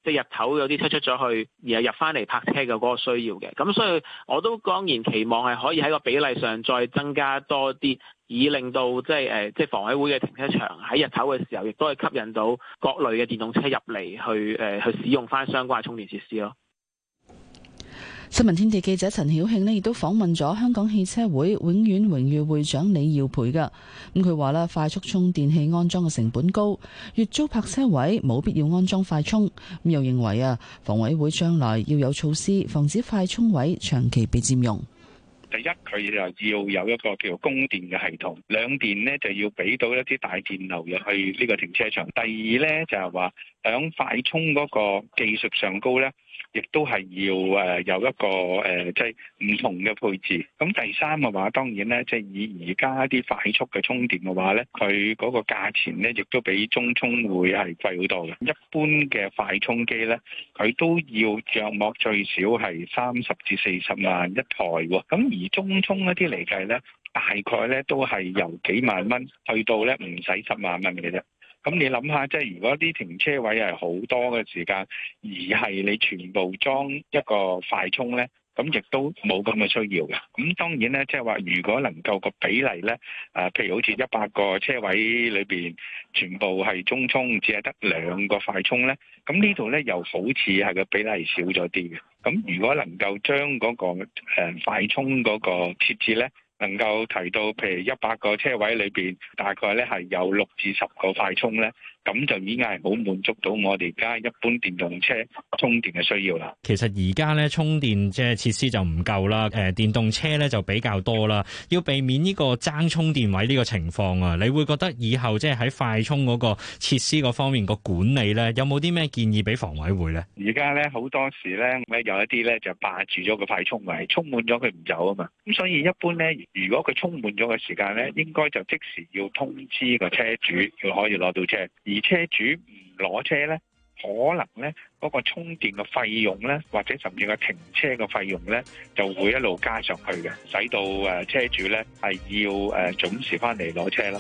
即係日頭有啲車出咗去，然後入翻嚟泊車嘅嗰個需要嘅。咁所以我都當然期望係可以喺個比例上再增加多啲，以令到即係誒即係房委會嘅停車場喺日頭嘅時候，亦都係吸引到各類嘅電動車入嚟去誒、呃、去使用翻相關嘅充電設施咯。 新聞天地記者陳曉慶呢亦都訪問咗香港汽車會永遠榮譽會長李耀培噶，咁佢話咧，快速充電器安裝嘅成本高，月租泊車位冇必要安裝快充，咁又認為啊，房委會將來要有措施防止快充位長期被佔用。 第一，佢就要有一個叫供電嘅系統，兩電呢就要俾到一啲大電流入去呢個停車場。第二呢，就係話響快充嗰個技術上高呢，亦都係要誒有一個誒即係唔同嘅配置。咁第三嘅話，當然咧即係以而家啲快速嘅充電嘅話咧，佢嗰個價錢咧亦都比中充會係貴好多嘅。一般嘅快充機咧，佢都要帳幕最少係三十至四十萬一台喎。咁而中充一啲嚟計咧，大概咧都係由幾萬蚊去到咧唔使十萬蚊嘅啫。咁你諗下，即係如果啲停車位係好多嘅時間，而係你全部裝一個快充呢，咁亦都冇咁嘅需要嘅。咁當然呢，即係話如果能夠個比例呢，誒，譬如好似一百個車位裏邊全部係中充，只係得兩個快充呢，咁呢度呢又好似係個比例少咗啲嘅。咁如果能夠將嗰個誒快充嗰個設置呢，能夠提到，譬如一百個車位裏邊，大概咧係有六至十個快充咧，咁就已經係好滿足到我哋而家一般電動車充電嘅需要啦。 其實而家咧充電即係設施就唔夠啦，誒電動車咧就比較多啦。要避免呢個爭充電位呢個情況啊，你會覺得以後即係喺快充嗰個設施嗰方面個管理咧，有冇啲咩建議俾房委會咧？ 而家咧好多時咧，有一啲咧就霸住咗個快充位，充滿咗佢唔走啊嘛。咁所以一般咧，如果佢充滿咗嘅時間咧，應該就即時要通知個車主，要可以攞到車。而車主唔攞車咧，可能咧嗰個充電嘅費用咧，或者甚至個停車嘅費用咧，就會一路加上去嘅，使到誒車主咧係要誒準時翻嚟攞車咯。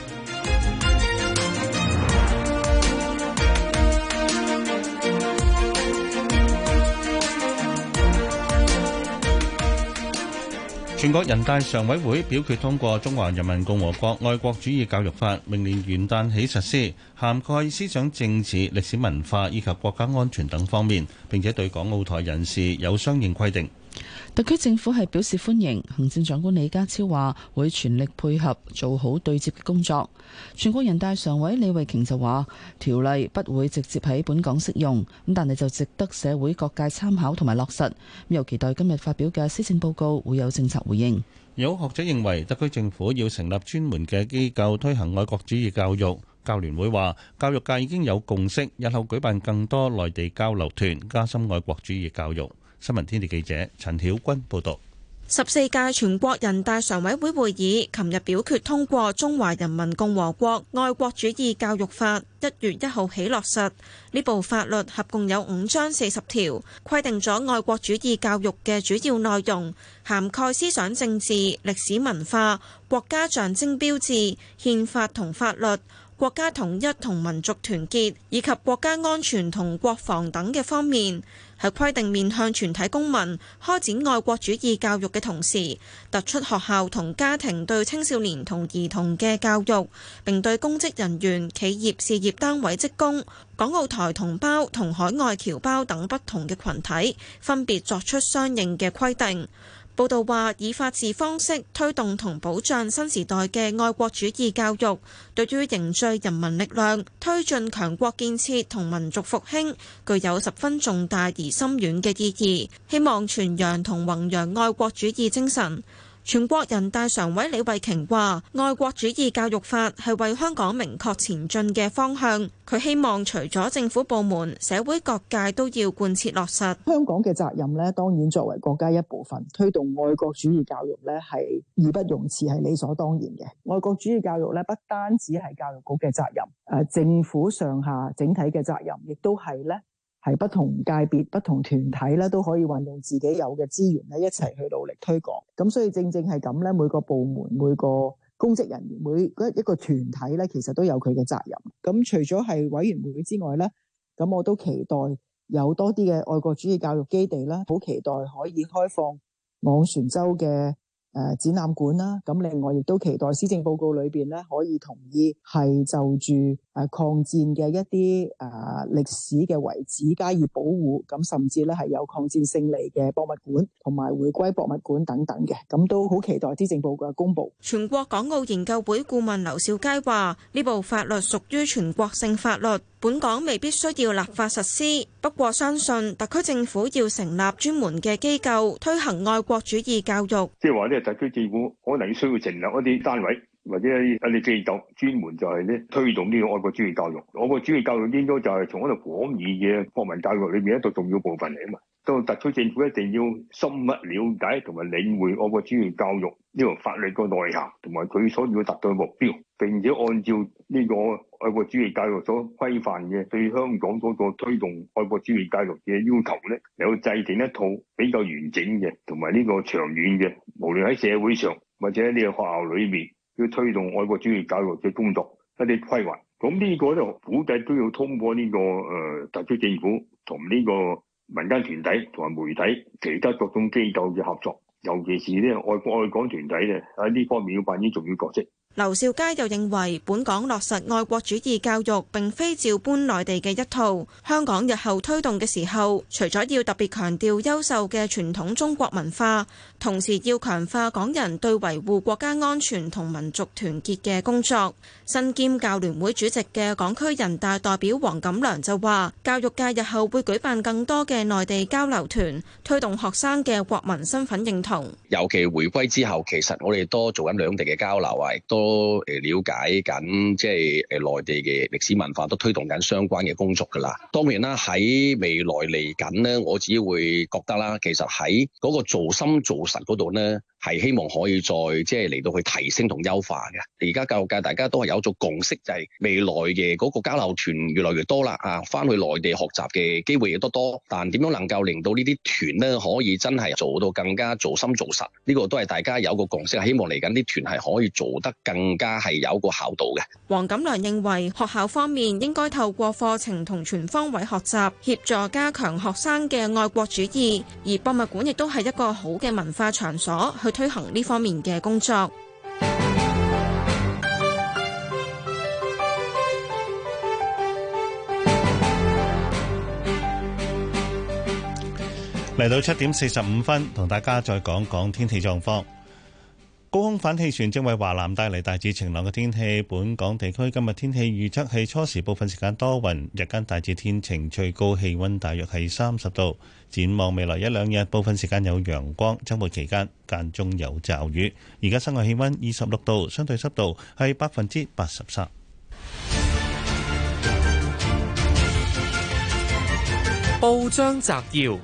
全國人大常委會表決通過《中華人民共和國愛國主義教育法》，明年元旦起實施，涵蓋思想政治、歷史文化以及國家安全等方面，並且對港澳台人士有相應規定。 特區政府係表示歡迎，行政長官李家超話會全力配合做好對接嘅工作。全國人大常委李慧瓊就話條例不會直接喺本港適用，咁但係就值得社會各界參考同埋落實。又期待今日發表嘅施政報告會有政策回應。 有學者認為特區政府要成立專門嘅機構推行愛國主義教育。教聯會話教育界已經有共識，日後舉辦更多內地交流團，加深愛國主義教育。新聞天地記者陳曉君報道。 十四屆全國人大常委會會議琴日表決通過《中華人民共和國愛國主義教育法》，一月一號起落實。呢部法律合共有五章四十條，規定咗愛國主義教育嘅主要內容，涵蓋思想政治、歷史文化、國家象徵標誌、憲法同法律、國家統一同民族團結以及國家安全同國防等嘅方面，係規定面向全體公民開展愛國主義教育嘅同時，突出學校同家庭對青少年同兒童嘅教育，並對公職人員、企業事業單位職工、港澳台同胞同海外僑胞等不同嘅群體，分別作出相應嘅規定。報道話，以法治方式推動同保障新時代嘅愛國主義教育，對於凝聚人民力量、推進強國建設同民族復興，具有十分重大而深遠嘅意義。希望傳揚同弘揚愛國主義精神。全國人大常委李慧瓊話：愛國主義教育法係為香港明確前進嘅方向。佢希望除咗政府部門，社會各界都要貫徹落實。 香港嘅責任咧，當然作為國家一部分，推動愛國主義教育咧係義不容辭，係理所當然嘅。愛國主義教育咧，不單止係教育局嘅責任，誒，政府上下整體嘅責任，亦都係咧。係不同界別、不同團體咧，都可以運用自己有嘅資源咧，一齊去努力推廣。咁所以正正係咁咧，每個部門、每個公職人員、每一個團體咧，其實都有佢嘅責任。咁除咗係委員會之外咧，咁我都期待有多啲嘅愛國主義教育基地啦，好期待可以開放昂船洲嘅誒展覽館啦。咁另外亦都期待施政報告裏邊咧可以同意係就住誒抗戰嘅一啲誒歷史嘅遺址加以保護，咁甚至咧係有抗戰勝利嘅博物館同埋回歸博物館等等嘅，咁都好期待施政報告嘅公布。 全國港澳研究會顧問劉兆佳話：呢部法律屬於全國性法律，本港未必需要立法實施，不過相信特區政府要成立專門嘅機構推行愛國主義教育。 即係話咧，特區政府可能需要成立一啲單位或者一啲機構，專門就係咧推動呢個愛國主義教育。愛國主義教育應該就係從一個廣義嘅國民教育裏邊一個重要部分嚟啊嘛。到特區政府一定要深入了解同埋領會愛國主義教育呢個法律個內涵同埋佢所要達到嘅目標，並且按照呢個愛國主義教育所規範嘅對香港嗰個推動愛國主義教育嘅要求咧，有制定一套比較完整嘅同埋呢個長遠嘅，無論喺社會上或者喺呢個學校裏面要推動愛國主義教育嘅工作一啲規劃。咁呢個咧估計都要通過呢個誒特區政府同呢個民間團體同埋媒體其他各種機構嘅合作，尤其是呢愛國愛港團體咧喺呢方面要扮演重要角色。 劉兆佳又認為，本港落實愛國主義教育並非照搬內地嘅一套，香港日後推動嘅時候，除咗要特別強調優秀嘅傳統中國文化，同時要強化港人對維護國家安全同民族團結嘅工作。身兼教聯會主席嘅港區人大代表黃錦良就話，教育界日後會舉辦更多嘅內地交流團，推動學生嘅國民身份認同。 尤其回歸之後，其實我哋多做緊兩地嘅交流啊，亦都都誒了解緊，即係誒內地嘅歷史文化，都推動緊相關嘅工作㗎啦。當然啦，喺未來嚟緊呢，我自己會覺得啦，其實喺嗰個做深做實嗰度呢，係希望可以再即係嚟到去提升同優化嘅。而家教育界大家都係有咗共識，就係未來嘅嗰個交流團越來越多啦，啊，翻去內地學習嘅機會亦都多。但點樣能夠令到呢啲團呢可以真係做到更加做深做實？呢個都係大家有個共識，希望嚟緊啲團係可以做得更加係有個效度嘅。 黃錦良認為學校方面應該透過課程同全方位學習，協助加強學生嘅愛國主義，而博物館亦都係一個好嘅文化場所，去推行呢方面嘅工作。 嚟到七點四十五分，同大家再講講天氣狀況。高空反氣旋正為華南帶嚟大致晴朗嘅天氣。本港地區今日天氣預測係初時部分時間多雲，日間大致天晴，最高氣溫大約係三十度。展望未來一兩日，部分時間有陽光，週末期間間中有驟雨。而家室外氣溫二十六度，相對濕度係百分之八十三。 報章摘要。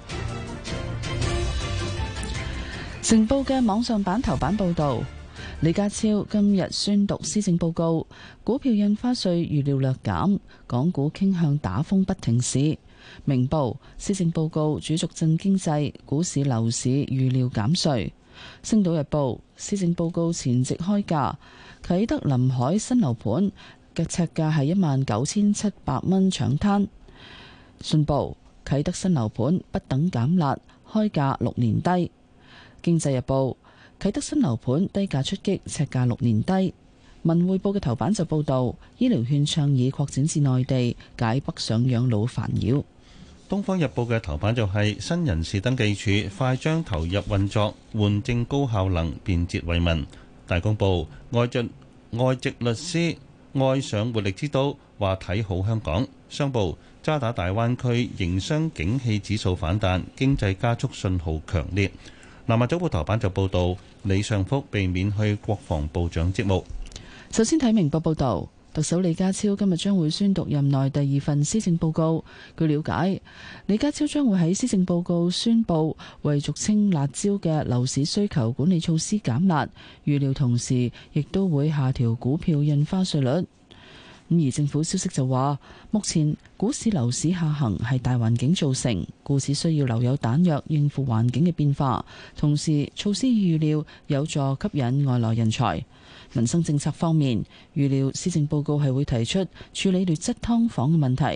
成報嘅網上版頭版報導，李家超今日宣讀施政報告，股票印花稅預料略減，港股傾向打風不停市。明報施政報告主軸振經濟，股市樓市預料減稅。星島日報施政報告前夕開價，啟德臨海新樓盤嘅尺價係一萬九千七百蚊搶灘。信報啟德新樓盤不等減辣，開價六年低。經濟日報啟德新樓盤低價出擊，尺價六年低。文匯報嘅頭版就報道醫療券倡議擴展至內地，解北上養老煩擾。 東方日報嘅頭版就係新人事登記處快將投入運作，換證高效能，便捷為民。大公報外籍外籍律師愛上活力之都，話睇好香港。商報渣打大灣區營商景氣指數反彈，經濟加速信號強烈。南華早報頭版就報道李尚福被免去國防部長職務。 首先睇明報報道，特首李家超今日將會宣讀任內第二份施政報告。據了解，李家超將會喺施政報告宣布為俗稱辣招嘅樓市需求管理措施減辣，預料同時亦都會下調股票印花稅率。咁而政府消息就話，目前股市樓市下行係大環境造成，故此需要留有彈藥應付環境嘅變化。同時，措施預料有助吸引外來人才。民生政策方面，預料施政報告係會提出處理劣質劏房嘅問題。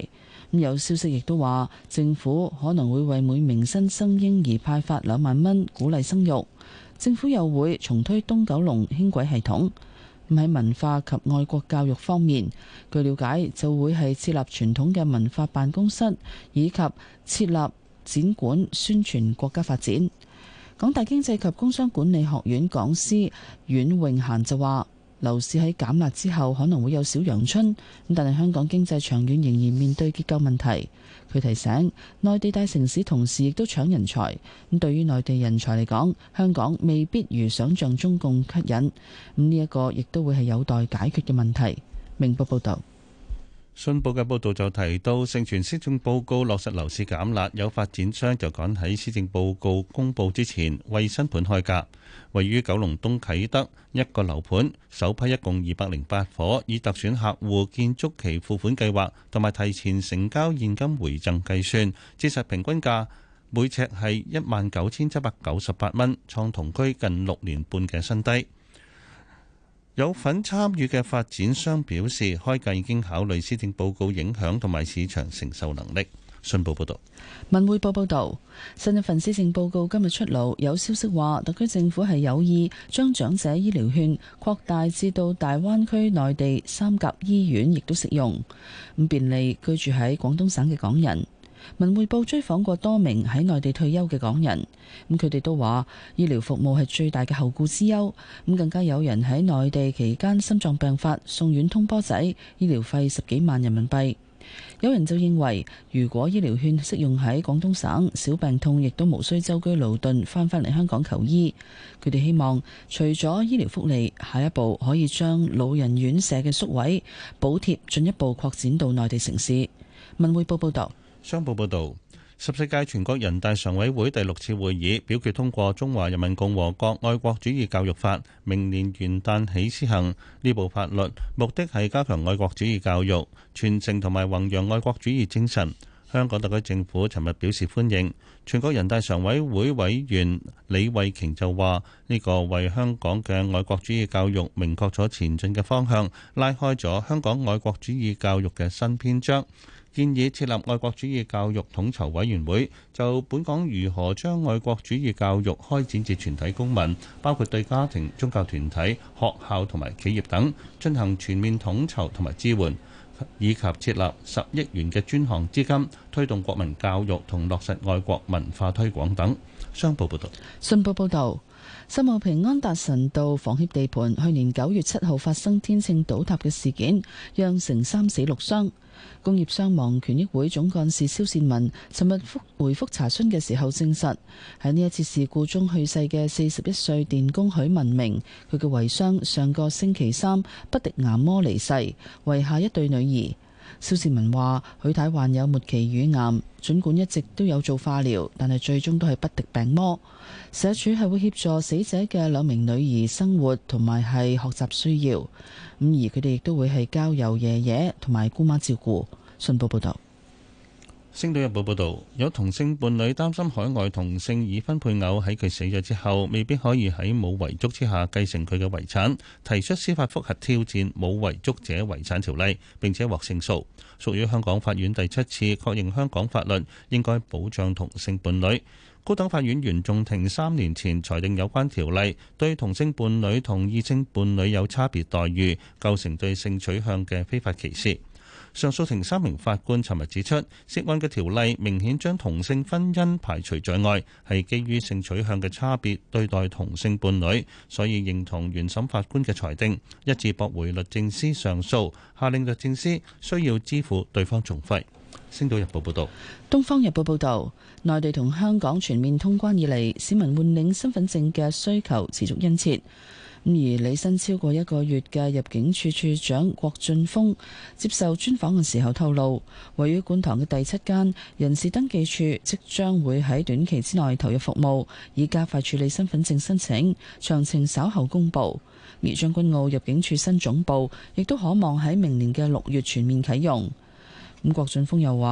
咁有消息亦都話，政府可能會為每名新生嬰兒派發兩萬蚊，鼓勵生育。政府又會重推東九龍輕軌系統。咁喺文化及愛國教育方面，據了解就會係設立傳統嘅文化辦公室，以及設立展館宣傳國家發展。港大經濟及工商管理學院講師阮永嫻就話，樓市喺減辣之後可能會有小陽春，咁但係香港經濟長遠仍然面對結構問題。佢提醒，內地大城市同時亦都搶人才，咁對於內地人才嚟講，香港未必如想像中咁吸引。咁呢一個亦都會係有待解決嘅問題。明報報導。 信報嘅報導就提到，盛傳施政報告落實樓市減辣，有發展商就趕喺施政報告公佈之前為新盤開價。位於九龍東啟德一個樓盤，首批一共二百零八伙，以特選客戶建築期付款計劃同埋提前成交現金回贈計算，折實平均價每尺係一萬九千七百九十八蚊，創同區近六年半嘅新低。有份參與嘅發展商表示，開價已經考慮施政報告影響同埋市場承受能力。信報報導。 文匯報報導，新一份施政報告今日出爐，有消息話特區政府係有意將長者醫療券擴大至到大灣區內地三甲醫院，亦都適用，咁便利居住喺廣東省嘅港人。文匯報追訪過多名喺內地退休嘅港人，咁佢哋都話醫療服務係最大嘅後顧之憂，咁更加有人喺內地期間心臟病發送院通波仔，醫療費十幾萬人民幣。有人就認為，如果醫療券適用喺廣東省，小病痛亦都無需舟車勞頓翻返嚟香港求醫。佢哋希望除咗醫療福利，下一步可以將老人院舍嘅宿位補貼進一步擴展到內地城市。文匯報報道。 商報報導，十四屆全國人大常委會第六次會議表決通過《中華人民共和國愛國主義教育法》，明年元旦起施行。呢部法律目的係加強愛國主義教育，傳承同埋弘揚愛國主義精神。香港特區政府尋日表示歡迎。全國人大常委會委員李慧瓊就話：呢個為香港嘅愛國主義教育明確咗前進嘅方向，拉開咗香港愛國主義教育嘅新篇章。建議設立愛國主義教育統籌委員會，就本港如何將愛國主義教育開展至全體公民，包括對家庭、宗教團體、學校同埋企業等進行全面統籌同埋支援，以及設立十億元嘅專項資金，推動國民教育同落實愛國文化推廣等。商報報道。 信報報導。秀茂坪安達臣道房協地盤去年九月七號發生天秤倒塌嘅事件，釀成三死六傷。工業傷亡權益會總幹事蕭善文尋日覆回覆查詢嘅時候證實，喺呢一次事故中去世嘅四十一歲電工許文明，佢嘅遺孀上個星期三不敵癌魔離世，遺下一對女兒。蕭善文話：許太患有末期乳癌，儘管一直都有做化療，但係最終都係不敵病魔。社署係會協助死者嘅兩名女兒生活同埋係學習需要，咁而佢哋亦都會係交由爺爺同埋姑媽照顧。信報報導。 星島日報報導，有同性伴侶擔心海外同性已婚配偶喺佢死咗之後，未必可以喺冇遺囑之下繼承佢嘅遺產，提出司法覆核挑戰冇遺囑者遺產條例，並且獲勝訴，屬於香港法院第七次確認香港法律應該保障同性伴侶。高等法院原訟庭三年前裁定有關條例對同性伴侶同異性伴侶有差別待遇，構成對性取向嘅非法歧視。上訴庭三名法官尋日指出，涉案嘅條例明顯將同性婚姻排除在外，係基於性取向嘅差別對待同性伴侶，所以認同原審法官嘅裁定，一致駁回律政司上訴，下令律政司需要支付對方訟費。星島日報報道。 東方日報報道，內地同香港全面通關以嚟，市民換領身份證嘅需求持續殷切。咁而履新超過一個月嘅入境處處長郭俊峰接受專訪嘅時候透露，位於觀塘嘅第七間人事登記處即將會喺短期之內投入服務，以加快處理身份證申請，詳情稍後公佈。而將軍澳入境處新總部亦都可望喺明年嘅六月全面啟用。咁郭俊峰又話，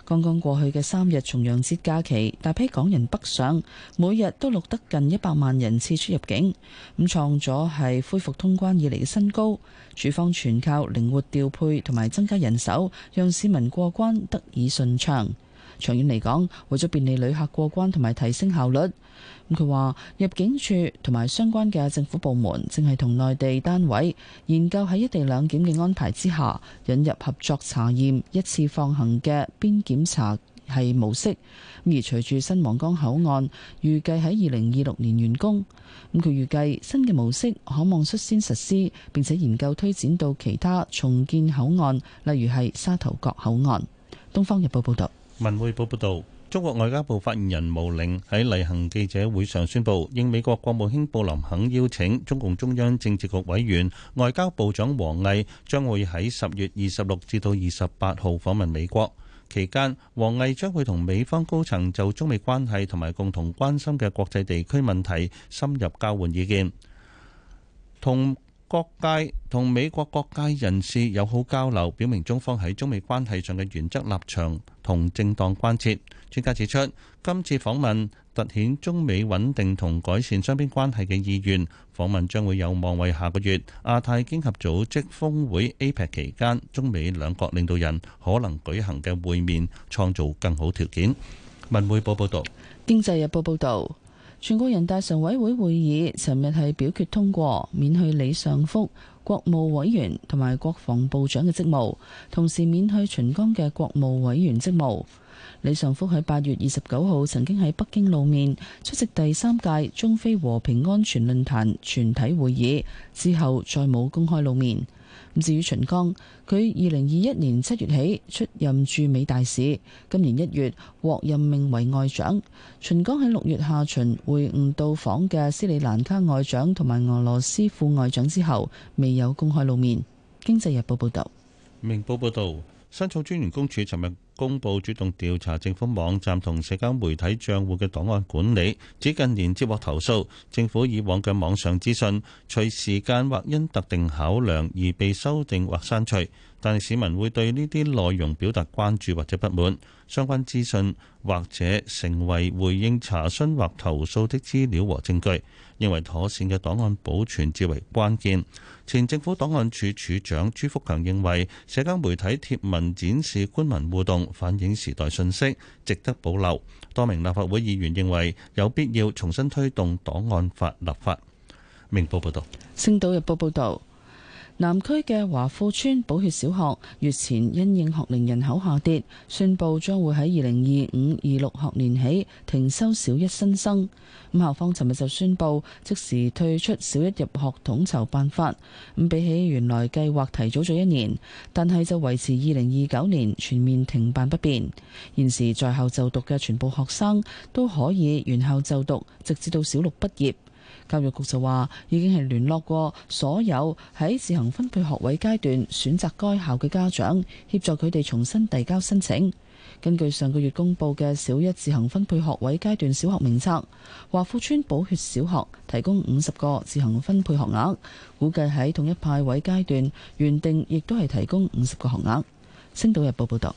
剛剛過去嘅三日重陽節假期，大批港人北上，每日都錄得近一百萬人次出入境，咁創咗係恢復通關以嚟嘅新高。署方全靠靈活調配同埋增加人手，讓市民過關得以順暢。長遠嚟講，為咗便利旅客過關同埋提升效率，咁佢話入境處同埋相關嘅政府部門正係同內地單位研究喺一地兩檢嘅安排之下，引入合作查驗一次放行嘅邊檢查係模式。而隨住新皇崗口岸預計喺二零二六年完工，咁佢預計新嘅模式可望率先實施，並且研究推展到其他重建口岸，例如係沙頭角口岸。東方日報報道。 文匯報報道，中國外交部發言人毛寧喺例行記者會上宣布，應美國國務卿布林肯邀請，中共中央政治局委員、外交部長王毅將會喺十月二十六至到二十八號訪問美國。期間，王毅將會同美方高層就中美關係同埋共同關心嘅國際地區問題深入交換意見，同各界同美國各界人士友好交流，表明中方喺中美關係上嘅原則立場同正當關切。專家指出，今次訪問凸顯中美穩定同改善雙邊關係嘅意願。訪問將會有望為下個月亞太經合組織峰會 A P E C 期間中美兩國領導人可能舉行嘅會面創造更好條件。文匯報報道。 經濟日報報導。全國人大常委會會議尋日係表決通過免去李尚福國務委員同埋國防部長嘅職務，同時免去秦剛嘅國務委員職務。李尚福喺八月二十九號曾經喺北京露面，出席第三屆中非和平安全論壇全體會議，之後再冇公開露面。咁至於秦剛，佢二零二一年七月起出任駐美大使，今年一月獲任命為外長。秦剛喺六月下旬會晤到訪嘅斯里蘭卡外長同埋俄羅斯副外長之後，未有公開露面。經濟日報報道。 明報報道，申訴專員公署尋日公布主動調查政府網站同社交媒體賬戶嘅檔案管理，指近年接獲投訴，政府以往嘅網上資訊隨時間或因特定考量而被修訂或刪除，但係市民會對呢啲內容表達關注或者不滿，相關資訊或者成為回應查詢或投訴的資料和證據，認為妥善嘅檔案保存至為關鍵。前政府檔案處處長朱福強認為，社交媒體貼文展示官民互動，反映時代信息，值得保留。多名立法會議員認為有必要重新推動檔案法立法。明報報道。 星島日報報道。南區嘅華富邨寶血小學月前因應學齡人口下跌，宣布將會喺二零二五、二六學年起停收小一新生。咁校方尋日就宣布即時退出小一入學統籌辦法。咁比起原來計劃提早咗一年，但係就維持二零二九年全面停辦不變。現時在校就讀嘅全部學生都可以原校就讀，直至到小六畢業。教育局就話已經係聯絡過所有喺自行分配學位階段選擇該校嘅家長，協助佢哋重新遞交申請。根據上個月公布嘅小一自行分配學位階段小學名冊，華富邨寶血小學提供五十個自行分配學額，估計喺統一派位階段原定亦都係提供五十個學額。星島日報報道。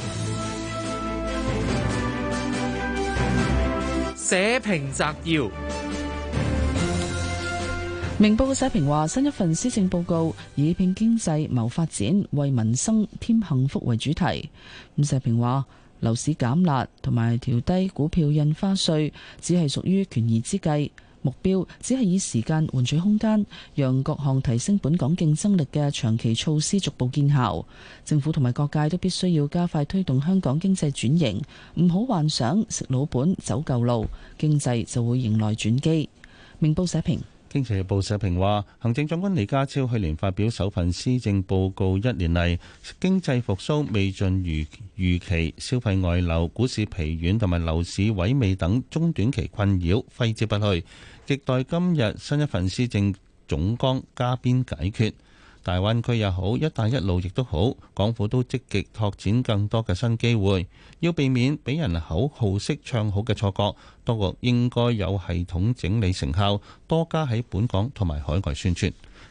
社評摘要。 明報嘅社評話，新一份施政報告以拼經濟謀發展，為民生添幸福為主題。咁社評話，樓市減辣同埋調低股票印花稅，只係屬於權宜之計，目標只係以時間換取空間，讓各項提升本港競爭力嘅長期措施逐步見效。政府同埋各界都必須要加快推動香港經濟轉型，唔好幻想食老本走舊路，經濟就會迎來轉機。明報社評。 經濟日報社評話，行政長官李家超去年發表首份施政報告，一年嚟經濟復甦未盡如預期，消費外流、股市疲軟同埋樓市萎靡等中短期困擾揮之不去，亟待今日新一份施政總綱加鞭解決。大灣區也好，一帶一路亦都好，港府都積極拓展更多嘅新機會，要避免俾人口號式唱好嘅錯覺，當局應該有系統整理成效，多加喺本港同埋海外宣傳。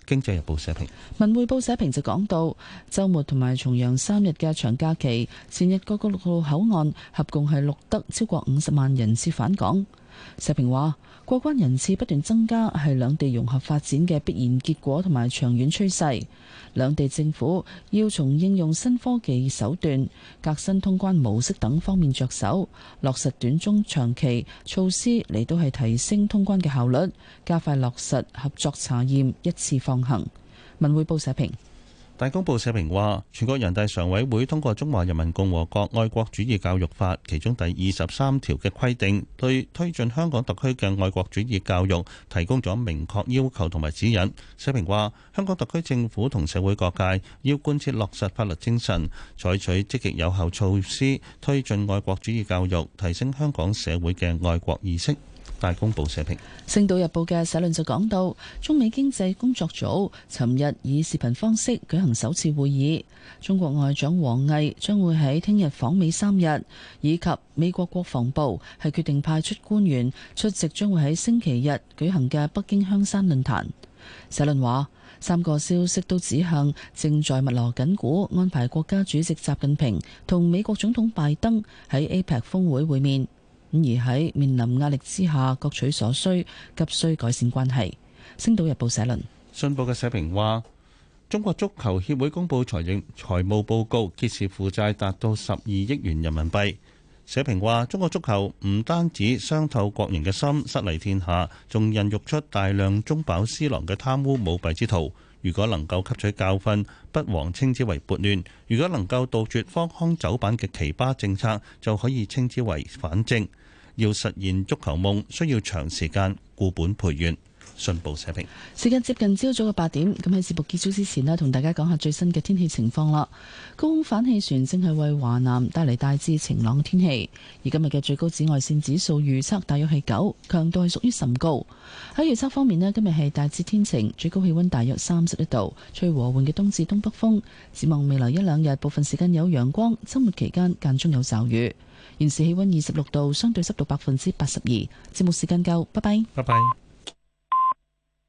經濟日報社評。 文匯報社評就講到，週末同埋重陽三日嘅長假期，前日各個陸路口岸合共係錄得超過五十萬人次返港。社評話，過關人次不斷增加係兩地融合發展嘅必然結果同埋長遠趨勢。兩地政府要從應用新科技手段、革新通關模式等方面着手，落實短中長期措施嚟到係提升通關嘅效率，加快落實合作查驗，一次放行。文匯報社評。 大公報社評話，全國人大常委會通過《中華人民共和國愛國主義教育法》其中第二十三條嘅規定，對推進香港特區嘅愛國主義教育提供咗明確要求同埋指引。社評話，香港特區政府同社會各界要貫徹落實法律精神，採取積極有效措施，推進愛國主義教育，提升香港社會嘅愛國意識。大公報社評。《 星島日報》嘅社論就講到，中美經濟工作組尋日以視頻方式舉行首次會議，中國外長王毅將會喺聽日訪美三日，以及美國國防部係決定派出官員出席將會喺星期日舉行嘅北京香山論壇。社論話，三個消息都指向正在密鑼緊鼓安排國家主席習近平同美國總統拜登喺 A P E C 峰會會面。咁而喺面臨壓力之下，各取所需，急需改善關係。星島日報社論。 信報嘅社評話，中國足球協會公布財政財務報告，揭示負債達到十二億元人民幣。社評話，中國足球唔單止傷透國人嘅心，失禮天下，仲孕育出大量中飽私囊嘅貪污舞弊之徒。如果能夠吸取教訓，不妨稱之為撥亂；如果能夠杜絕荒腔走板嘅奇葩政策，就可以稱之為反正。要實現足球夢，需要長時間固本培元。信報社評。 時間接近朝早嘅八點，咁喺節目結束之前呢，同大家講下最新嘅天氣情況啦。高空反氣旋正係為華南帶嚟大致晴朗嘅天氣，而今日嘅最高紫外線指數預測大約係九，強度係屬於甚高。喺預測方面呢，今日係大致天晴，最高氣溫大約三十一度，吹和緩嘅東至東北風。展望未來一兩日，部分時間有陽光，週末期間間中有驟雨。現時氣溫二十六度，相對濕度百分之八十二。節目時間夠，拜拜。 拜拜。